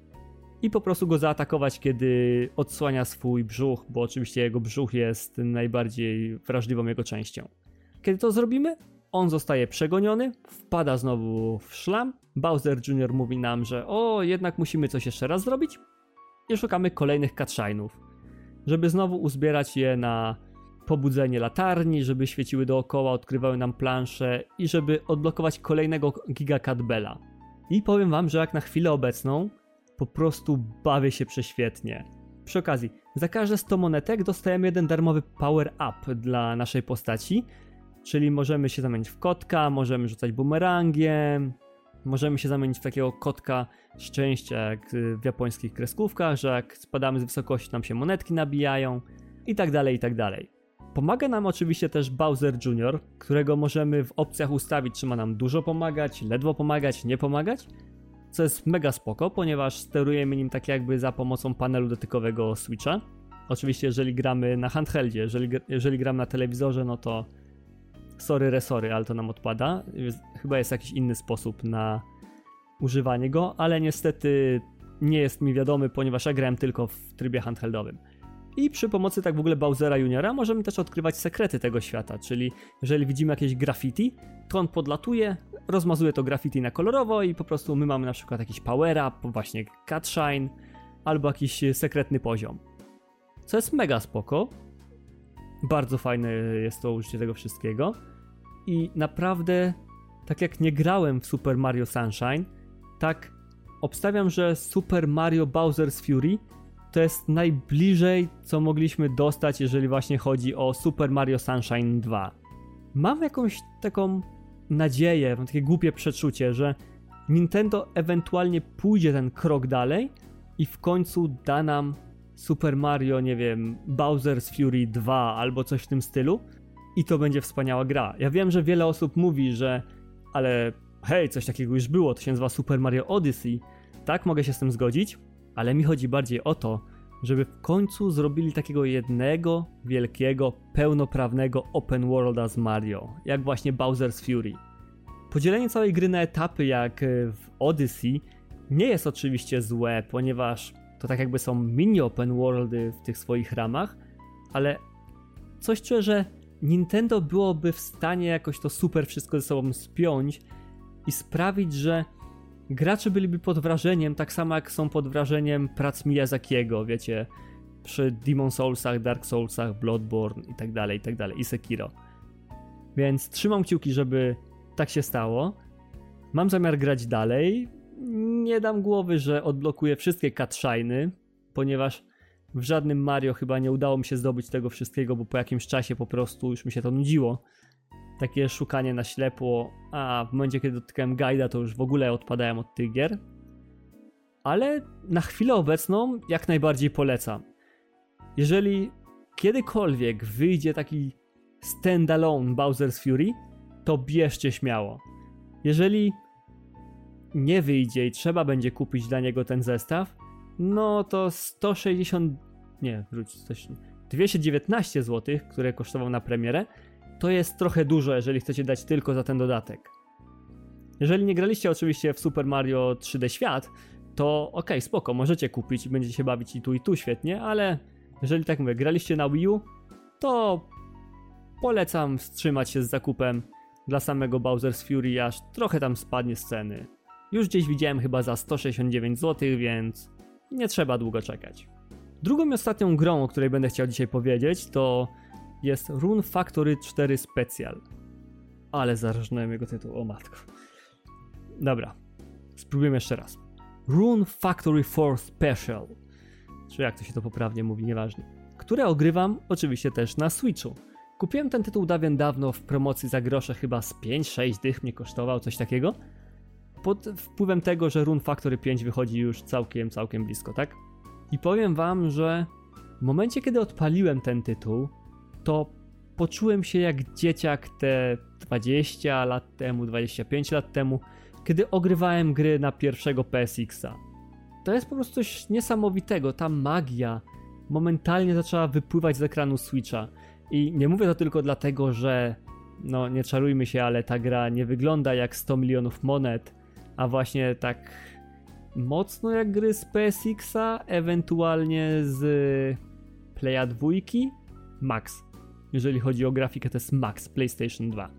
i po prostu go zaatakować, kiedy odsłania swój brzuch, bo oczywiście jego brzuch jest najbardziej wrażliwą jego częścią. Kiedy to zrobimy, on zostaje przegoniony, wpada znowu w szlam, Bowser junior mówi nam, że o, jednak musimy coś jeszcze raz zrobić i szukamy kolejnych cutscene'ów, żeby znowu uzbierać je na pobudzenie latarni, żeby świeciły dookoła, odkrywały nam plansze i żeby odblokować kolejnego Giga Cat Bella. I powiem wam, że jak na chwilę obecną po prostu bawię się prześwietnie. Przy okazji, za każde sto monetek dostajemy jeden darmowy power up dla naszej postaci, czyli możemy się zamienić w kotka, możemy rzucać bumerangiem, możemy się zamienić w takiego kotka szczęścia jak w japońskich kreskówkach, że jak spadamy z wysokości nam się monetki nabijają i tak dalej, i tak dalej. Pomaga nam oczywiście też Bowser junior, którego możemy w opcjach ustawić, czy ma nam dużo pomagać, ledwo pomagać, nie pomagać, co jest mega spoko, ponieważ sterujemy nim tak jakby za pomocą panelu dotykowego Switcha. Oczywiście jeżeli gramy na handheldzie, jeżeli, jeżeli gramy na telewizorze, no to sorry resory, ale to nam odpada. Chyba jest jakiś inny sposób na używanie go, ale niestety nie jest mi wiadomy, ponieważ ja grałem tylko w trybie handheldowym. I przy pomocy tak w ogóle Bowsera juniora możemy też odkrywać sekrety tego świata, czyli jeżeli widzimy jakieś graffiti, to on podlatuje, rozmazuje to graffiti na kolorowo i po prostu my mamy na przykład jakiś power up, właśnie cutscene, albo jakiś sekretny poziom. Co jest mega spoko. Bardzo fajne jest to użycie tego wszystkiego. I naprawdę, tak jak nie grałem w Super Mario Sunshine, tak obstawiam, że Super Mario Bowser's Fury to jest najbliżej, co mogliśmy dostać, jeżeli właśnie chodzi o Super Mario Sunshine dwa. Mam jakąś taką nadzieję, mam takie głupie przeczucie, że Nintendo ewentualnie pójdzie ten krok dalej i w końcu da nam Super Mario, nie wiem, Bowser's Fury dwa albo coś w tym stylu i to będzie wspaniała gra. Ja wiem, że wiele osób mówi, że ale hej, coś takiego już było, to się nazywa Super Mario Odyssey. Tak, mogę się z tym zgodzić, ale mi chodzi bardziej o to, żeby w końcu zrobili takiego jednego, wielkiego, pełnoprawnego open worlda z Mario, jak właśnie Bowser's Fury. Podzielenie całej gry na etapy jak w Odyssey nie jest oczywiście złe, ponieważ to tak jakby są mini open worldy w tych swoich ramach, ale coś czuję, że Nintendo byłoby w stanie jakoś to super wszystko ze sobą spiąć i sprawić, że gracze byliby pod wrażeniem, tak samo jak są pod wrażeniem prac Miyazakiego, wiecie, przy Demon Soulsach, Dark Soulsach, Bloodborne i tak dalej, i tak dalej, i Sekiro. Więc trzymam kciuki, żeby tak się stało. Mam zamiar grać dalej. Nie dam głowy, że odblokuję wszystkie cutscene'y, ponieważ W żadnym Mario chyba nie udało mi się zdobyć tego wszystkiego, bo po jakimś czasie po prostu już mi się to nudziło. Takie szukanie na ślepo, a w momencie kiedy dotykałem guida, to już w ogóle odpadałem od tych gier. Ale na chwilę obecną jak najbardziej polecam. Jeżeli kiedykolwiek wyjdzie taki standalone Bowser's Fury, to bierzcie śmiało. Jeżeli nie wyjdzie i trzeba będzie kupić dla niego ten zestaw, no to sto sześćdziesiąt, nie, wróć, coś, dwieście dziewiętnaście złotych, które kosztował na premierę, to jest trochę dużo, jeżeli chcecie dać tylko za ten dodatek. Jeżeli nie graliście oczywiście w Super Mario trzy D Świat, to okej, okay, spoko, możecie kupić i będziecie się bawić i tu i tu świetnie, ale jeżeli tak mówię, graliście na Wii U, to polecam wstrzymać się z zakupem dla samego Bowser's Fury, aż trochę tam spadnie z ceny. Już gdzieś widziałem chyba za sto sześćdziesiąt dziewięć złotych, więc nie trzeba długo czekać. Drugą i ostatnią grą, o której będę chciał dzisiaj powiedzieć, to jest Rune Factory cztery Special. Ale zarażnąłem jego tytuł, o matko. Dobra, spróbujemy jeszcze raz. Rune Factory cztery Special, czy jak to się to poprawnie mówi, nieważne. Które ogrywam oczywiście też na Switchu. Kupiłem ten tytuł dawien dawno w promocji za grosze, chyba z pięć sześć dych mnie kosztował, coś takiego. Pod wpływem tego, że Rune Factory pięć wychodzi już całkiem, całkiem blisko, tak? I powiem wam, że w momencie, kiedy odpaliłem ten tytuł, to poczułem się jak dzieciak te dwadzieścia lat temu, dwadzieścia pięć lat temu, kiedy ogrywałem gry na pierwszego P S X-a. To jest po prostu coś niesamowitego, ta magia momentalnie zaczęła wypływać z ekranu Switcha. I nie mówię to tylko dlatego, że no nie czarujmy się, ale ta gra nie wygląda jak sto milionów monet, a właśnie tak mocno jak gry z P S X-a, ewentualnie z Playa dwa, Max. Jeżeli chodzi o grafikę, to jest Max, PlayStation dwa.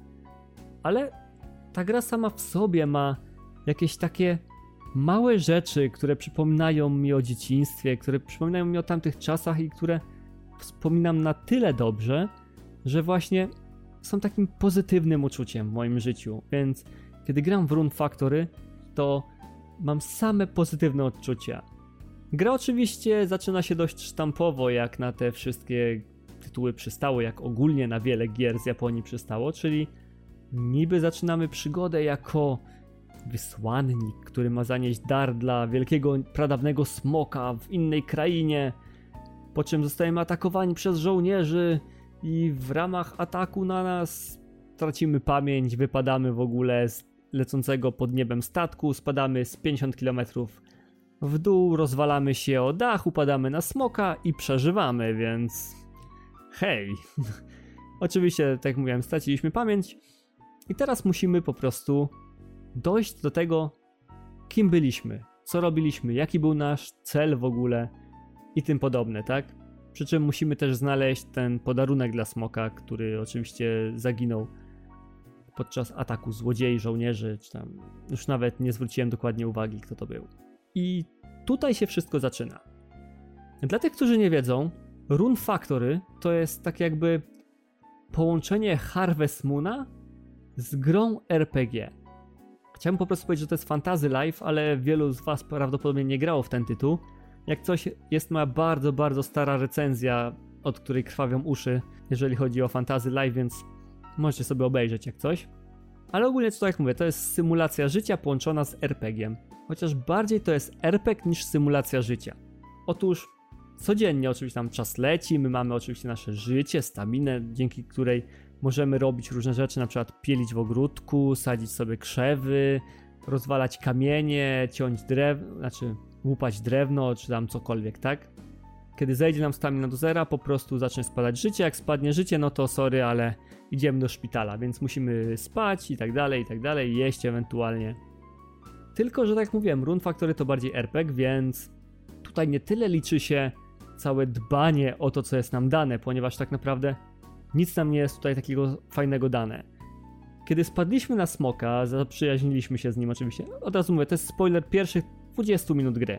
Ale ta gra sama w sobie ma jakieś takie małe rzeczy, które przypominają mi o dzieciństwie, które przypominają mi o tamtych czasach i które wspominam na tyle dobrze, że właśnie są takim pozytywnym uczuciem w moim życiu. Więc kiedy gram w Rune Factory, to mam same pozytywne odczucia. Gra oczywiście zaczyna się dość sztampowo, jak na te wszystkie tytuły przystało, jak ogólnie na wiele gier z Japonii przystało, czyli niby zaczynamy przygodę jako wysłannik, który ma zanieść dar dla wielkiego, pradawnego smoka w innej krainie, po czym zostajemy atakowani przez żołnierzy i w ramach ataku na nas tracimy pamięć, wypadamy w ogóle z lecącego pod niebem statku, spadamy z pięćdziesiąt kilometrów w dół, rozwalamy się o dach, upadamy na smoka i przeżywamy, więc hej. Oczywiście, tak jak mówiłem, straciliśmy pamięć i teraz musimy po prostu dojść do tego, kim byliśmy, co robiliśmy, jaki był nasz cel w ogóle i tym podobne, tak? Przy czym musimy też znaleźć ten podarunek dla smoka, który oczywiście zaginął podczas ataku złodziei, żołnierzy, czy tam już nawet nie zwróciłem dokładnie uwagi, kto to był. I tutaj się wszystko zaczyna. Dla tych, którzy nie wiedzą, Rune Factory to jest tak jakby połączenie Harvest Moona z grą R P G. Chciałem po prostu powiedzieć, że to jest Fantasy Life, ale wielu z was prawdopodobnie nie grało w ten tytuł. Jak coś, jest moja bardzo, bardzo stara recenzja, od której krwawią uszy, jeżeli chodzi o Fantasy Life, więc możecie sobie obejrzeć jak coś. Ale ogólnie, co jak mówię, to jest symulacja życia połączona z er pe gie em. Chociaż bardziej to jest er pe gie niż symulacja życia. Otóż codziennie oczywiście tam czas leci, my mamy oczywiście nasze życie, staminę, dzięki której możemy robić różne rzeczy, na przykład pielić w ogródku, sadzić sobie krzewy, rozwalać kamienie, ciąć drewno, znaczy łupać drewno, czy tam cokolwiek, tak? Kiedy zejdzie nam stamina do zera, po prostu zacznie spadać życie, jak spadnie życie, no to sorry, ale idziemy do szpitala, więc musimy spać i tak dalej, i tak dalej, jeść ewentualnie. Tylko, że tak jak mówiłem, Rune Factory to bardziej er pe gie, więc tutaj nie tyle liczy się całe dbanie o to, co jest nam dane, ponieważ tak naprawdę nic nam nie jest tutaj takiego fajnego dane. Kiedy spadliśmy na smoka, zaprzyjaźniliśmy się z nim oczywiście, od razu mówię, to jest spoiler pierwszych dwudziestu minut gry.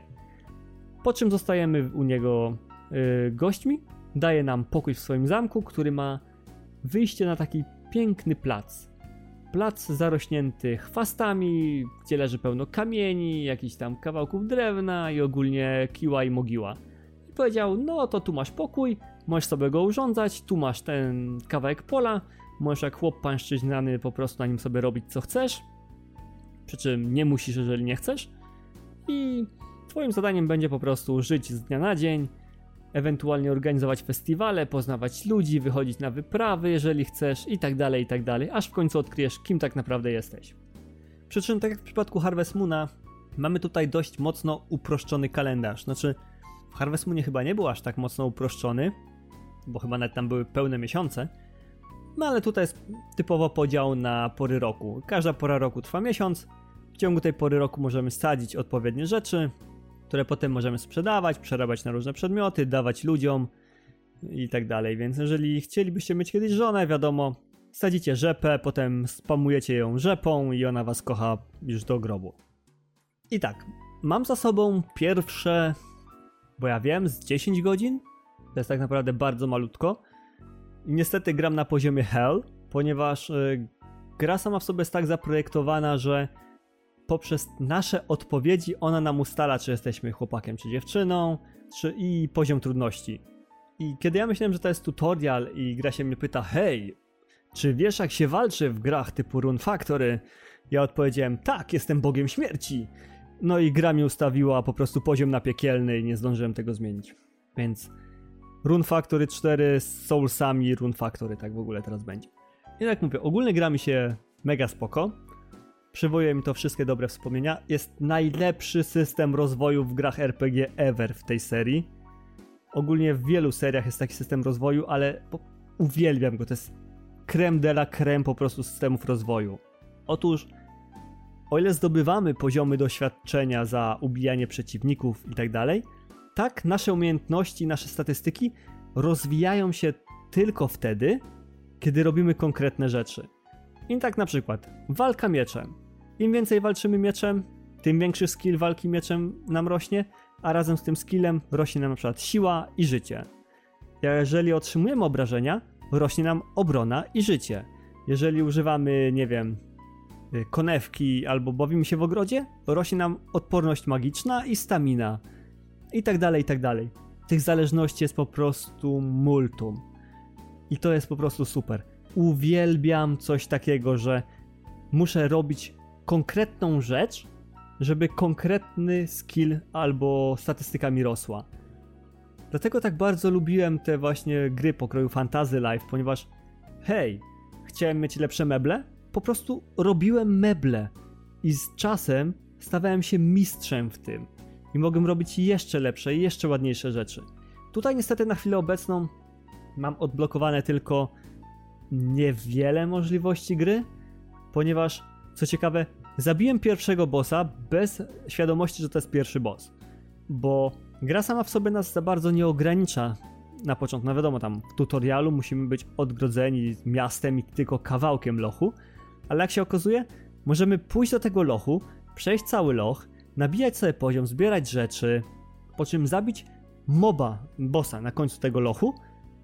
Po czym zostajemy u niego yy, gośćmi, daje nam pokój w swoim zamku, który ma wyjście na taki piękny plac. Plac zarośnięty chwastami, gdzie leży pełno kamieni, jakichś tam kawałków drewna i ogólnie kiła i mogiła. i powiedział, no to tu masz pokój, możesz sobie go urządzać, tu masz ten kawałek pola, możesz jak chłop pańszczyźniany po prostu na nim sobie robić co chcesz, przy czym nie musisz, jeżeli nie chcesz, i twoim zadaniem będzie po prostu żyć z dnia na dzień, ewentualnie organizować festiwale, poznawać ludzi, wychodzić na wyprawy, jeżeli chcesz, i tak dalej, i tak dalej, aż w końcu odkryjesz, kim tak naprawdę jesteś. Przy czym, tak jak w przypadku Harvest Moona, mamy tutaj dość mocno uproszczony kalendarz. Znaczy, w Harvest Moonie chyba nie był aż tak mocno uproszczony, bo chyba nawet tam były pełne miesiące, no ale tutaj jest typowo podział na pory roku. Każda pora roku trwa miesiąc, w ciągu tej pory roku możemy sadzić odpowiednie rzeczy, które potem możemy sprzedawać, przerabiać na różne przedmioty, dawać ludziom i tak dalej. Więc jeżeli chcielibyście mieć kiedyś żonę, wiadomo, sadzicie rzepę, potem spamujecie ją rzepą i ona was kocha już do grobu. I tak, mam za sobą pierwsze, bo ja wiem, z dziesięć godzin. To jest tak naprawdę bardzo malutko. I niestety gram na poziomie Hell, ponieważ yy, gra sama w sobie jest tak zaprojektowana, że poprzez nasze odpowiedzi ona nam ustala, czy jesteśmy chłopakiem, czy dziewczyną, czy i poziom trudności. I kiedy ja myślałem, że to jest tutorial i gra się mnie pyta, hej, czy wiesz jak się walczy w grach typu Rune Factory? Ja odpowiedziałem, tak, jestem bogiem śmierci. No i gra mi ustawiła po prostu poziom na piekielny i nie zdążyłem tego zmienić. Więc Rune Factory cztery z Soulsami Rune Factory, tak w ogóle teraz będzie. I tak mówię, ogólnie gra mi się mega spoko. Przywołuje mi to wszystkie dobre wspomnienia. Jest najlepszy system rozwoju w grach R P G ever w tej serii. Ogólnie w wielu seriach jest taki system rozwoju, ale uwielbiam go. To jest creme de la creme po prostu systemów rozwoju. Otóż, o ile zdobywamy poziomy doświadczenia za ubijanie przeciwników i tak dalej, tak nasze umiejętności, nasze statystyki rozwijają się tylko wtedy, kiedy robimy konkretne rzeczy. I tak na przykład walka mieczem. Im więcej walczymy mieczem, tym większy skill walki mieczem nam rośnie, a razem z tym skillem rośnie nam na przykład siła i życie. Jeżeli otrzymujemy obrażenia, rośnie nam obrona i życie. Jeżeli używamy, nie wiem, konewki albo bawimy się w ogrodzie, rośnie nam odporność magiczna i stamina. I tak dalej, i tak dalej. Tych zależności jest po prostu multum. I to jest po prostu super. Uwielbiam coś takiego, że muszę robić konkretną rzecz, żeby konkretny skill albo statystyka mi rosła. Dlatego tak bardzo lubiłem te właśnie gry pokroju Fantasy Life, ponieważ hej, chciałem mieć lepsze meble? Po prostu robiłem meble i z czasem stawałem się mistrzem w tym i mogłem robić jeszcze lepsze i jeszcze ładniejsze rzeczy. Tutaj niestety na chwilę obecną mam odblokowane tylko niewiele możliwości gry, ponieważ, co ciekawe, zabiłem pierwszego bossa bez świadomości, że to jest pierwszy boss, bo gra sama w sobie nas za bardzo nie ogranicza na początku. No wiadomo, tam w tutorialu musimy być odgrodzeni miastem i tylko kawałkiem lochu, ale jak się okazuje, możemy pójść do tego lochu, przejść cały loch, nabijać sobie poziom, zbierać rzeczy, po czym zabić moba, bossa na końcu tego lochu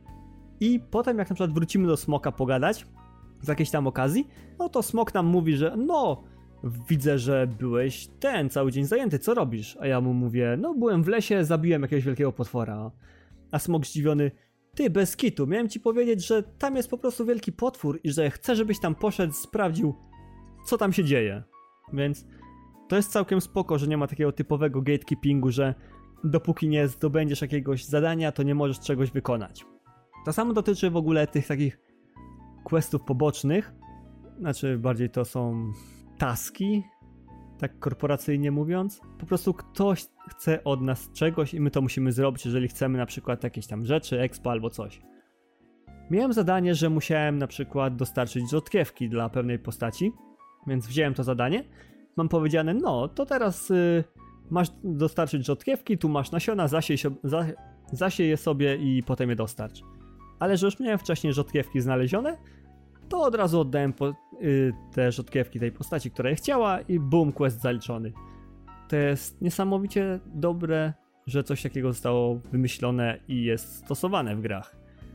i potem jak na przykład wrócimy do smoka pogadać z jakiejś tam okazji, no to smok nam mówi, że no, widzę, że byłeś ten cały dzień zajęty, co robisz? A ja mu mówię, no byłem w lesie, zabiłem jakiegoś wielkiego potwora. A smok zdziwiony, ty bez kitu, miałem ci powiedzieć, że tam jest po prostu wielki potwór i że chcę, żebyś tam poszedł, sprawdził, co tam się dzieje. Więc to jest całkiem spoko, że nie ma takiego typowego gatekeepingu, że dopóki nie zdobędziesz jakiegoś zadania, to nie możesz czegoś wykonać. To samo dotyczy w ogóle tych takich questów pobocznych, znaczy bardziej to są taski, tak korporacyjnie mówiąc. Po prostu ktoś chce od nas czegoś i my to musimy zrobić, jeżeli chcemy na przykład jakieś tam rzeczy, expo albo coś. Miałem zadanie, że musiałem na przykład dostarczyć rzodkiewki dla pewnej postaci, więc wziąłem to zadanie. Mam powiedziane, no to teraz y, masz dostarczyć rzodkiewki, tu masz nasiona, zasiej, za, zasiej je sobie i potem je dostarcz. Ale że już miałem wcześniej rzodkiewki znalezione, to od razu oddałem po, y, te rzodkiewki tej postaci, która je chciała i boom, quest zaliczony. To jest niesamowicie dobre, że coś takiego zostało wymyślone i jest stosowane w grach.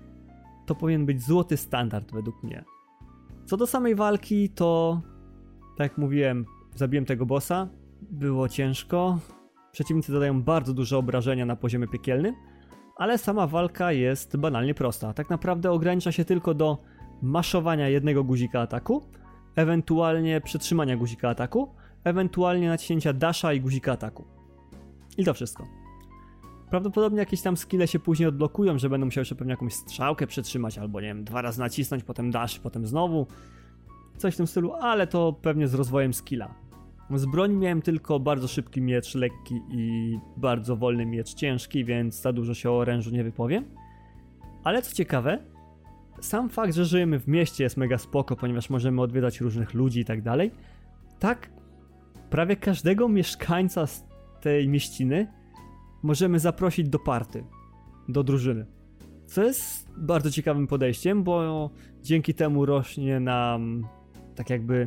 To powinien być złoty standard według mnie. Co do samej walki, to tak jak mówiłem, zabiłem tego bossa, było ciężko. Przeciwnicy zadają bardzo duże obrażenia na poziomie piekielnym, ale sama walka jest banalnie prosta. Tak naprawdę ogranicza się tylko do maszowania jednego guzika ataku, ewentualnie przytrzymania guzika ataku, ewentualnie naciśnięcia dasha i guzika ataku. I to wszystko. Prawdopodobnie jakieś tam skille się później odblokują, że będę musiał jeszcze pewnie jakąś strzałkę przytrzymać, albo nie wiem, dwa razy nacisnąć, potem dash, potem znowu. Coś w tym stylu, ale to pewnie z rozwojem skilla. Z broni miałem tylko bardzo szybki miecz lekki i bardzo wolny miecz ciężki, więc za dużo się o orężu nie wypowiem. Ale co ciekawe, sam fakt, że żyjemy w mieście jest mega spoko, ponieważ możemy odwiedzać różnych ludzi i tak dalej. Tak, prawie każdego mieszkańca z tej mieściny możemy zaprosić do party, do drużyny. Co jest bardzo ciekawym podejściem, bo dzięki temu rośnie nam tak jakby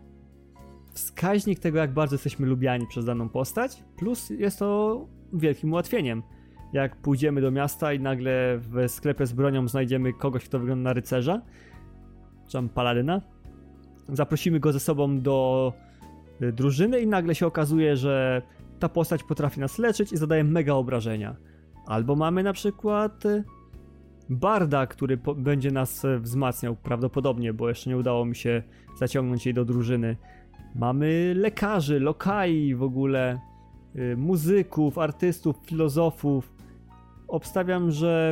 wskaźnik tego, jak bardzo jesteśmy lubiani przez daną postać, plus jest to wielkim ułatwieniem. Jak pójdziemy do miasta i nagle w sklepie z bronią znajdziemy kogoś, kto wygląda na rycerza, czy tam paladyna, zaprosimy go ze sobą do drużyny i nagle się okazuje, że ta postać potrafi nas leczyć i zadaje mega obrażenia. Albo mamy na przykład barda, który po- będzie nas wzmacniał prawdopodobnie, bo jeszcze nie udało mi się zaciągnąć jej do drużyny. Mamy lekarzy, lokai w ogóle, yy, muzyków, artystów, filozofów. Obstawiam, że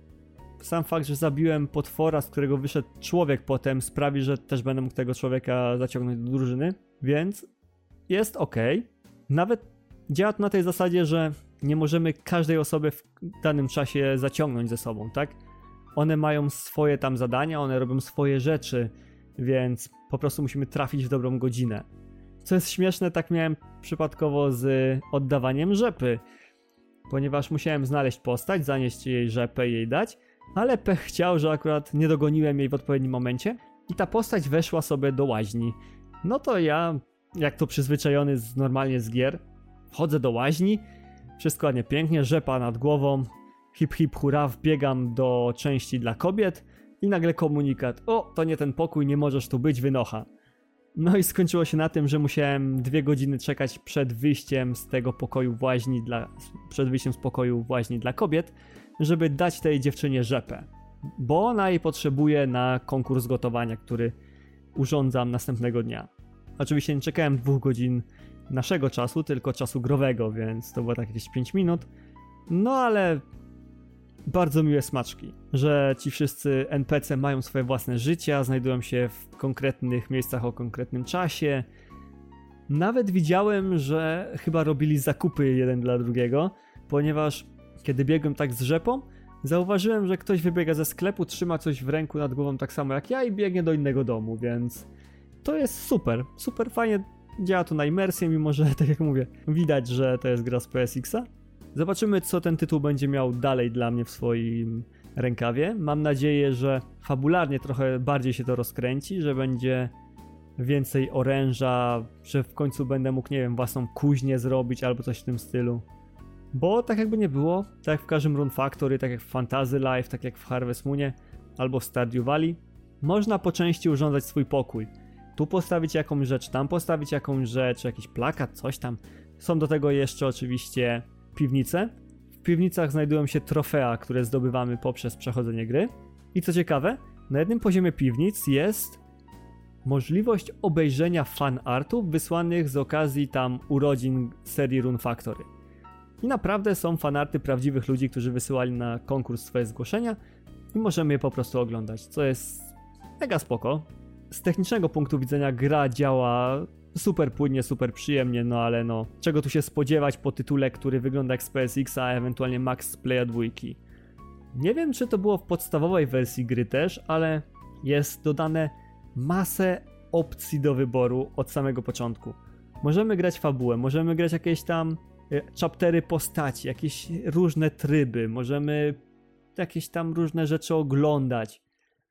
sam fakt, że zabiłem potwora, z którego wyszedł człowiek potem, sprawi, że też będę mógł tego człowieka zaciągnąć do drużyny, więc jest ok. Nawet działa to na tej zasadzie, że nie możemy każdej osoby w danym czasie zaciągnąć ze sobą, tak? One mają swoje tam zadania, one robią swoje rzeczy, więc po prostu musimy trafić w dobrą godzinę. Co jest śmieszne, tak miałem przypadkowo z oddawaniem rzepy, ponieważ musiałem znaleźć postać, zanieść jej rzepę i jej dać, ale pech chciał, że akurat nie dogoniłem jej w odpowiednim momencie i ta postać weszła sobie do łaźni. No to ja, jak to przyzwyczajony z, normalnie z gier, wchodzę do łaźni, wszystko ładnie pięknie, rzepa nad głową, hip hip hurra, wbiegam do części dla kobiet i nagle komunikat: o, to nie ten pokój, nie możesz tu być, wynocha. No i skończyło się na tym, że musiałem dwie godziny czekać przed wyjściem z tego pokoju w łaźni dla, przed wyjściem z pokoju w łaźni dla kobiet, żeby dać tej dziewczynie rzepę, bo ona jej potrzebuje na konkurs gotowania, który urządzam następnego dnia. Oczywiście nie czekałem dwóch godzin naszego czasu, tylko czasu growego, więc to było tak jakieś pięć minut. No ale bardzo miłe smaczki, że ci wszyscy en pe ce mają swoje własne życia, znajdują się w konkretnych miejscach o konkretnym czasie. Nawet widziałem, że chyba robili zakupy jeden dla drugiego, ponieważ kiedy biegłem tak z rzepą, zauważyłem, że ktoś wybiega ze sklepu, trzyma coś w ręku nad głową tak samo jak ja i biegnie do innego domu, więc to jest super, super fajnie działa to na imersję, mimo że, tak jak mówię, widać, że to jest gra z P S X a. Zobaczymy, co ten tytuł będzie miał dalej dla mnie w swoim rękawie. Mam nadzieję, że fabularnie trochę bardziej się to rozkręci, że będzie więcej oręża, że w końcu będę mógł, nie wiem, własną kuźnię zrobić albo coś w tym stylu. Bo tak jakby nie było, tak jak w każdym Rune Factory, tak jak w Fantasy Life, tak jak w Harvest Moonie albo w Stardew Valley, można po części urządzać swój pokój. Tu postawić jakąś rzecz, tam postawić jakąś rzecz, jakiś plakat, coś tam. Są do tego jeszcze oczywiście piwnice. W piwnicach znajdują się trofea, które zdobywamy poprzez przechodzenie gry. I co ciekawe, na jednym poziomie piwnic jest możliwość obejrzenia fanartów wysłanych z okazji tam urodzin serii Rune Factory. I naprawdę są fanarty prawdziwych ludzi, którzy wysyłali na konkurs swoje zgłoszenia i możemy je po prostu oglądać, co jest mega spoko. Z technicznego punktu widzenia gra działa super płynnie, super przyjemnie, no ale no, czego tu się spodziewać po tytule, który wygląda jak z P S X a, a ewentualnie Max Playa dwójki. Nie wiem, czy to było w podstawowej wersji gry też, ale jest dodane masę opcji do wyboru od samego początku. Możemy grać fabułę, możemy grać jakieś tam chaptery postaci, jakieś różne tryby, możemy jakieś tam różne rzeczy oglądać.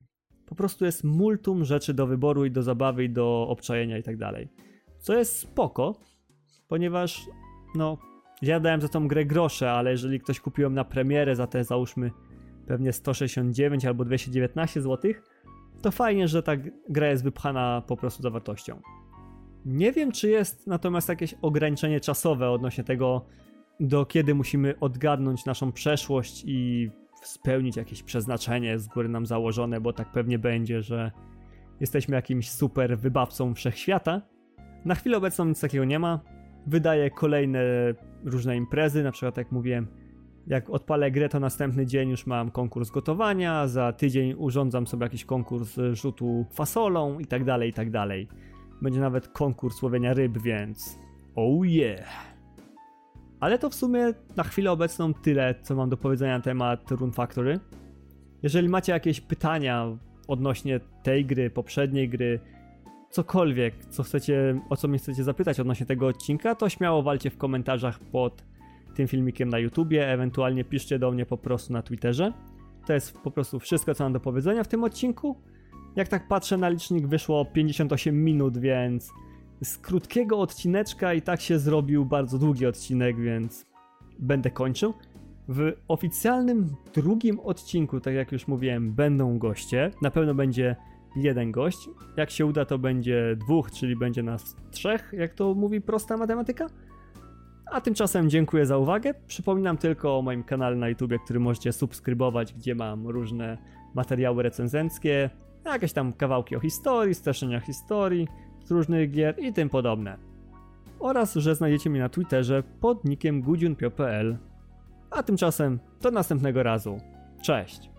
Po prostu jest multum rzeczy do wyboru i do zabawy i do obczajenia i tak dalej. Co jest spoko, ponieważ no, ja dałem za tą grę grosze, ale jeżeli ktoś kupił ją na premierę za te załóżmy pewnie sto sześćdziesiąt dziewięć albo dwieście dziewiętnaście złotych, to fajnie, że ta gra jest wypchana po prostu zawartością. Nie wiem, czy jest natomiast jakieś ograniczenie czasowe odnośnie tego, do kiedy musimy odgadnąć naszą przeszłość i spełnić jakieś przeznaczenie z góry nam założone, bo tak pewnie będzie, że jesteśmy jakimś super wybawcą wszechświata. Na chwilę obecną nic takiego nie ma. Wydaję kolejne różne imprezy, na przykład jak mówiłem, jak odpalę grę, to następny dzień już mam konkurs gotowania, za tydzień urządzam sobie jakiś konkurs rzutu fasolą i tak dalej, i tak dalej. Będzie nawet konkurs łowienia ryb, więc oh yeah! Ale to w sumie na chwilę obecną tyle, co mam do powiedzenia na temat Rune Factory. Jeżeli macie jakieś pytania odnośnie tej gry, poprzedniej gry, cokolwiek, co chcecie, o co mnie chcecie zapytać odnośnie tego odcinka, to śmiało walcie w komentarzach pod tym filmikiem na YouTubie, ewentualnie piszcie do mnie po prostu na Twitterze. To jest po prostu wszystko, co mam do powiedzenia w tym odcinku. Jak tak patrzę na licznik, wyszło pięćdziesiąt osiem minut, więc z krótkiego odcineczka i tak się zrobił bardzo długi odcinek, więc będę kończył. W oficjalnym drugim odcinku, tak jak już mówiłem, będą goście. Na pewno będzie jeden gość. Jak się uda, to będzie dwóch, czyli będzie nas trzech, jak to mówi prosta matematyka. A tymczasem dziękuję za uwagę. Przypominam tylko o moim kanale na YouTubie, który możecie subskrybować, gdzie mam różne materiały recenzenckie, jakieś tam kawałki o historii, streszczenia historii z różnych gier i tym podobne. Oraz, że znajdziecie mnie na Twitterze pod nickiem gudziun kropka p l. A tymczasem do następnego razu. Cześć!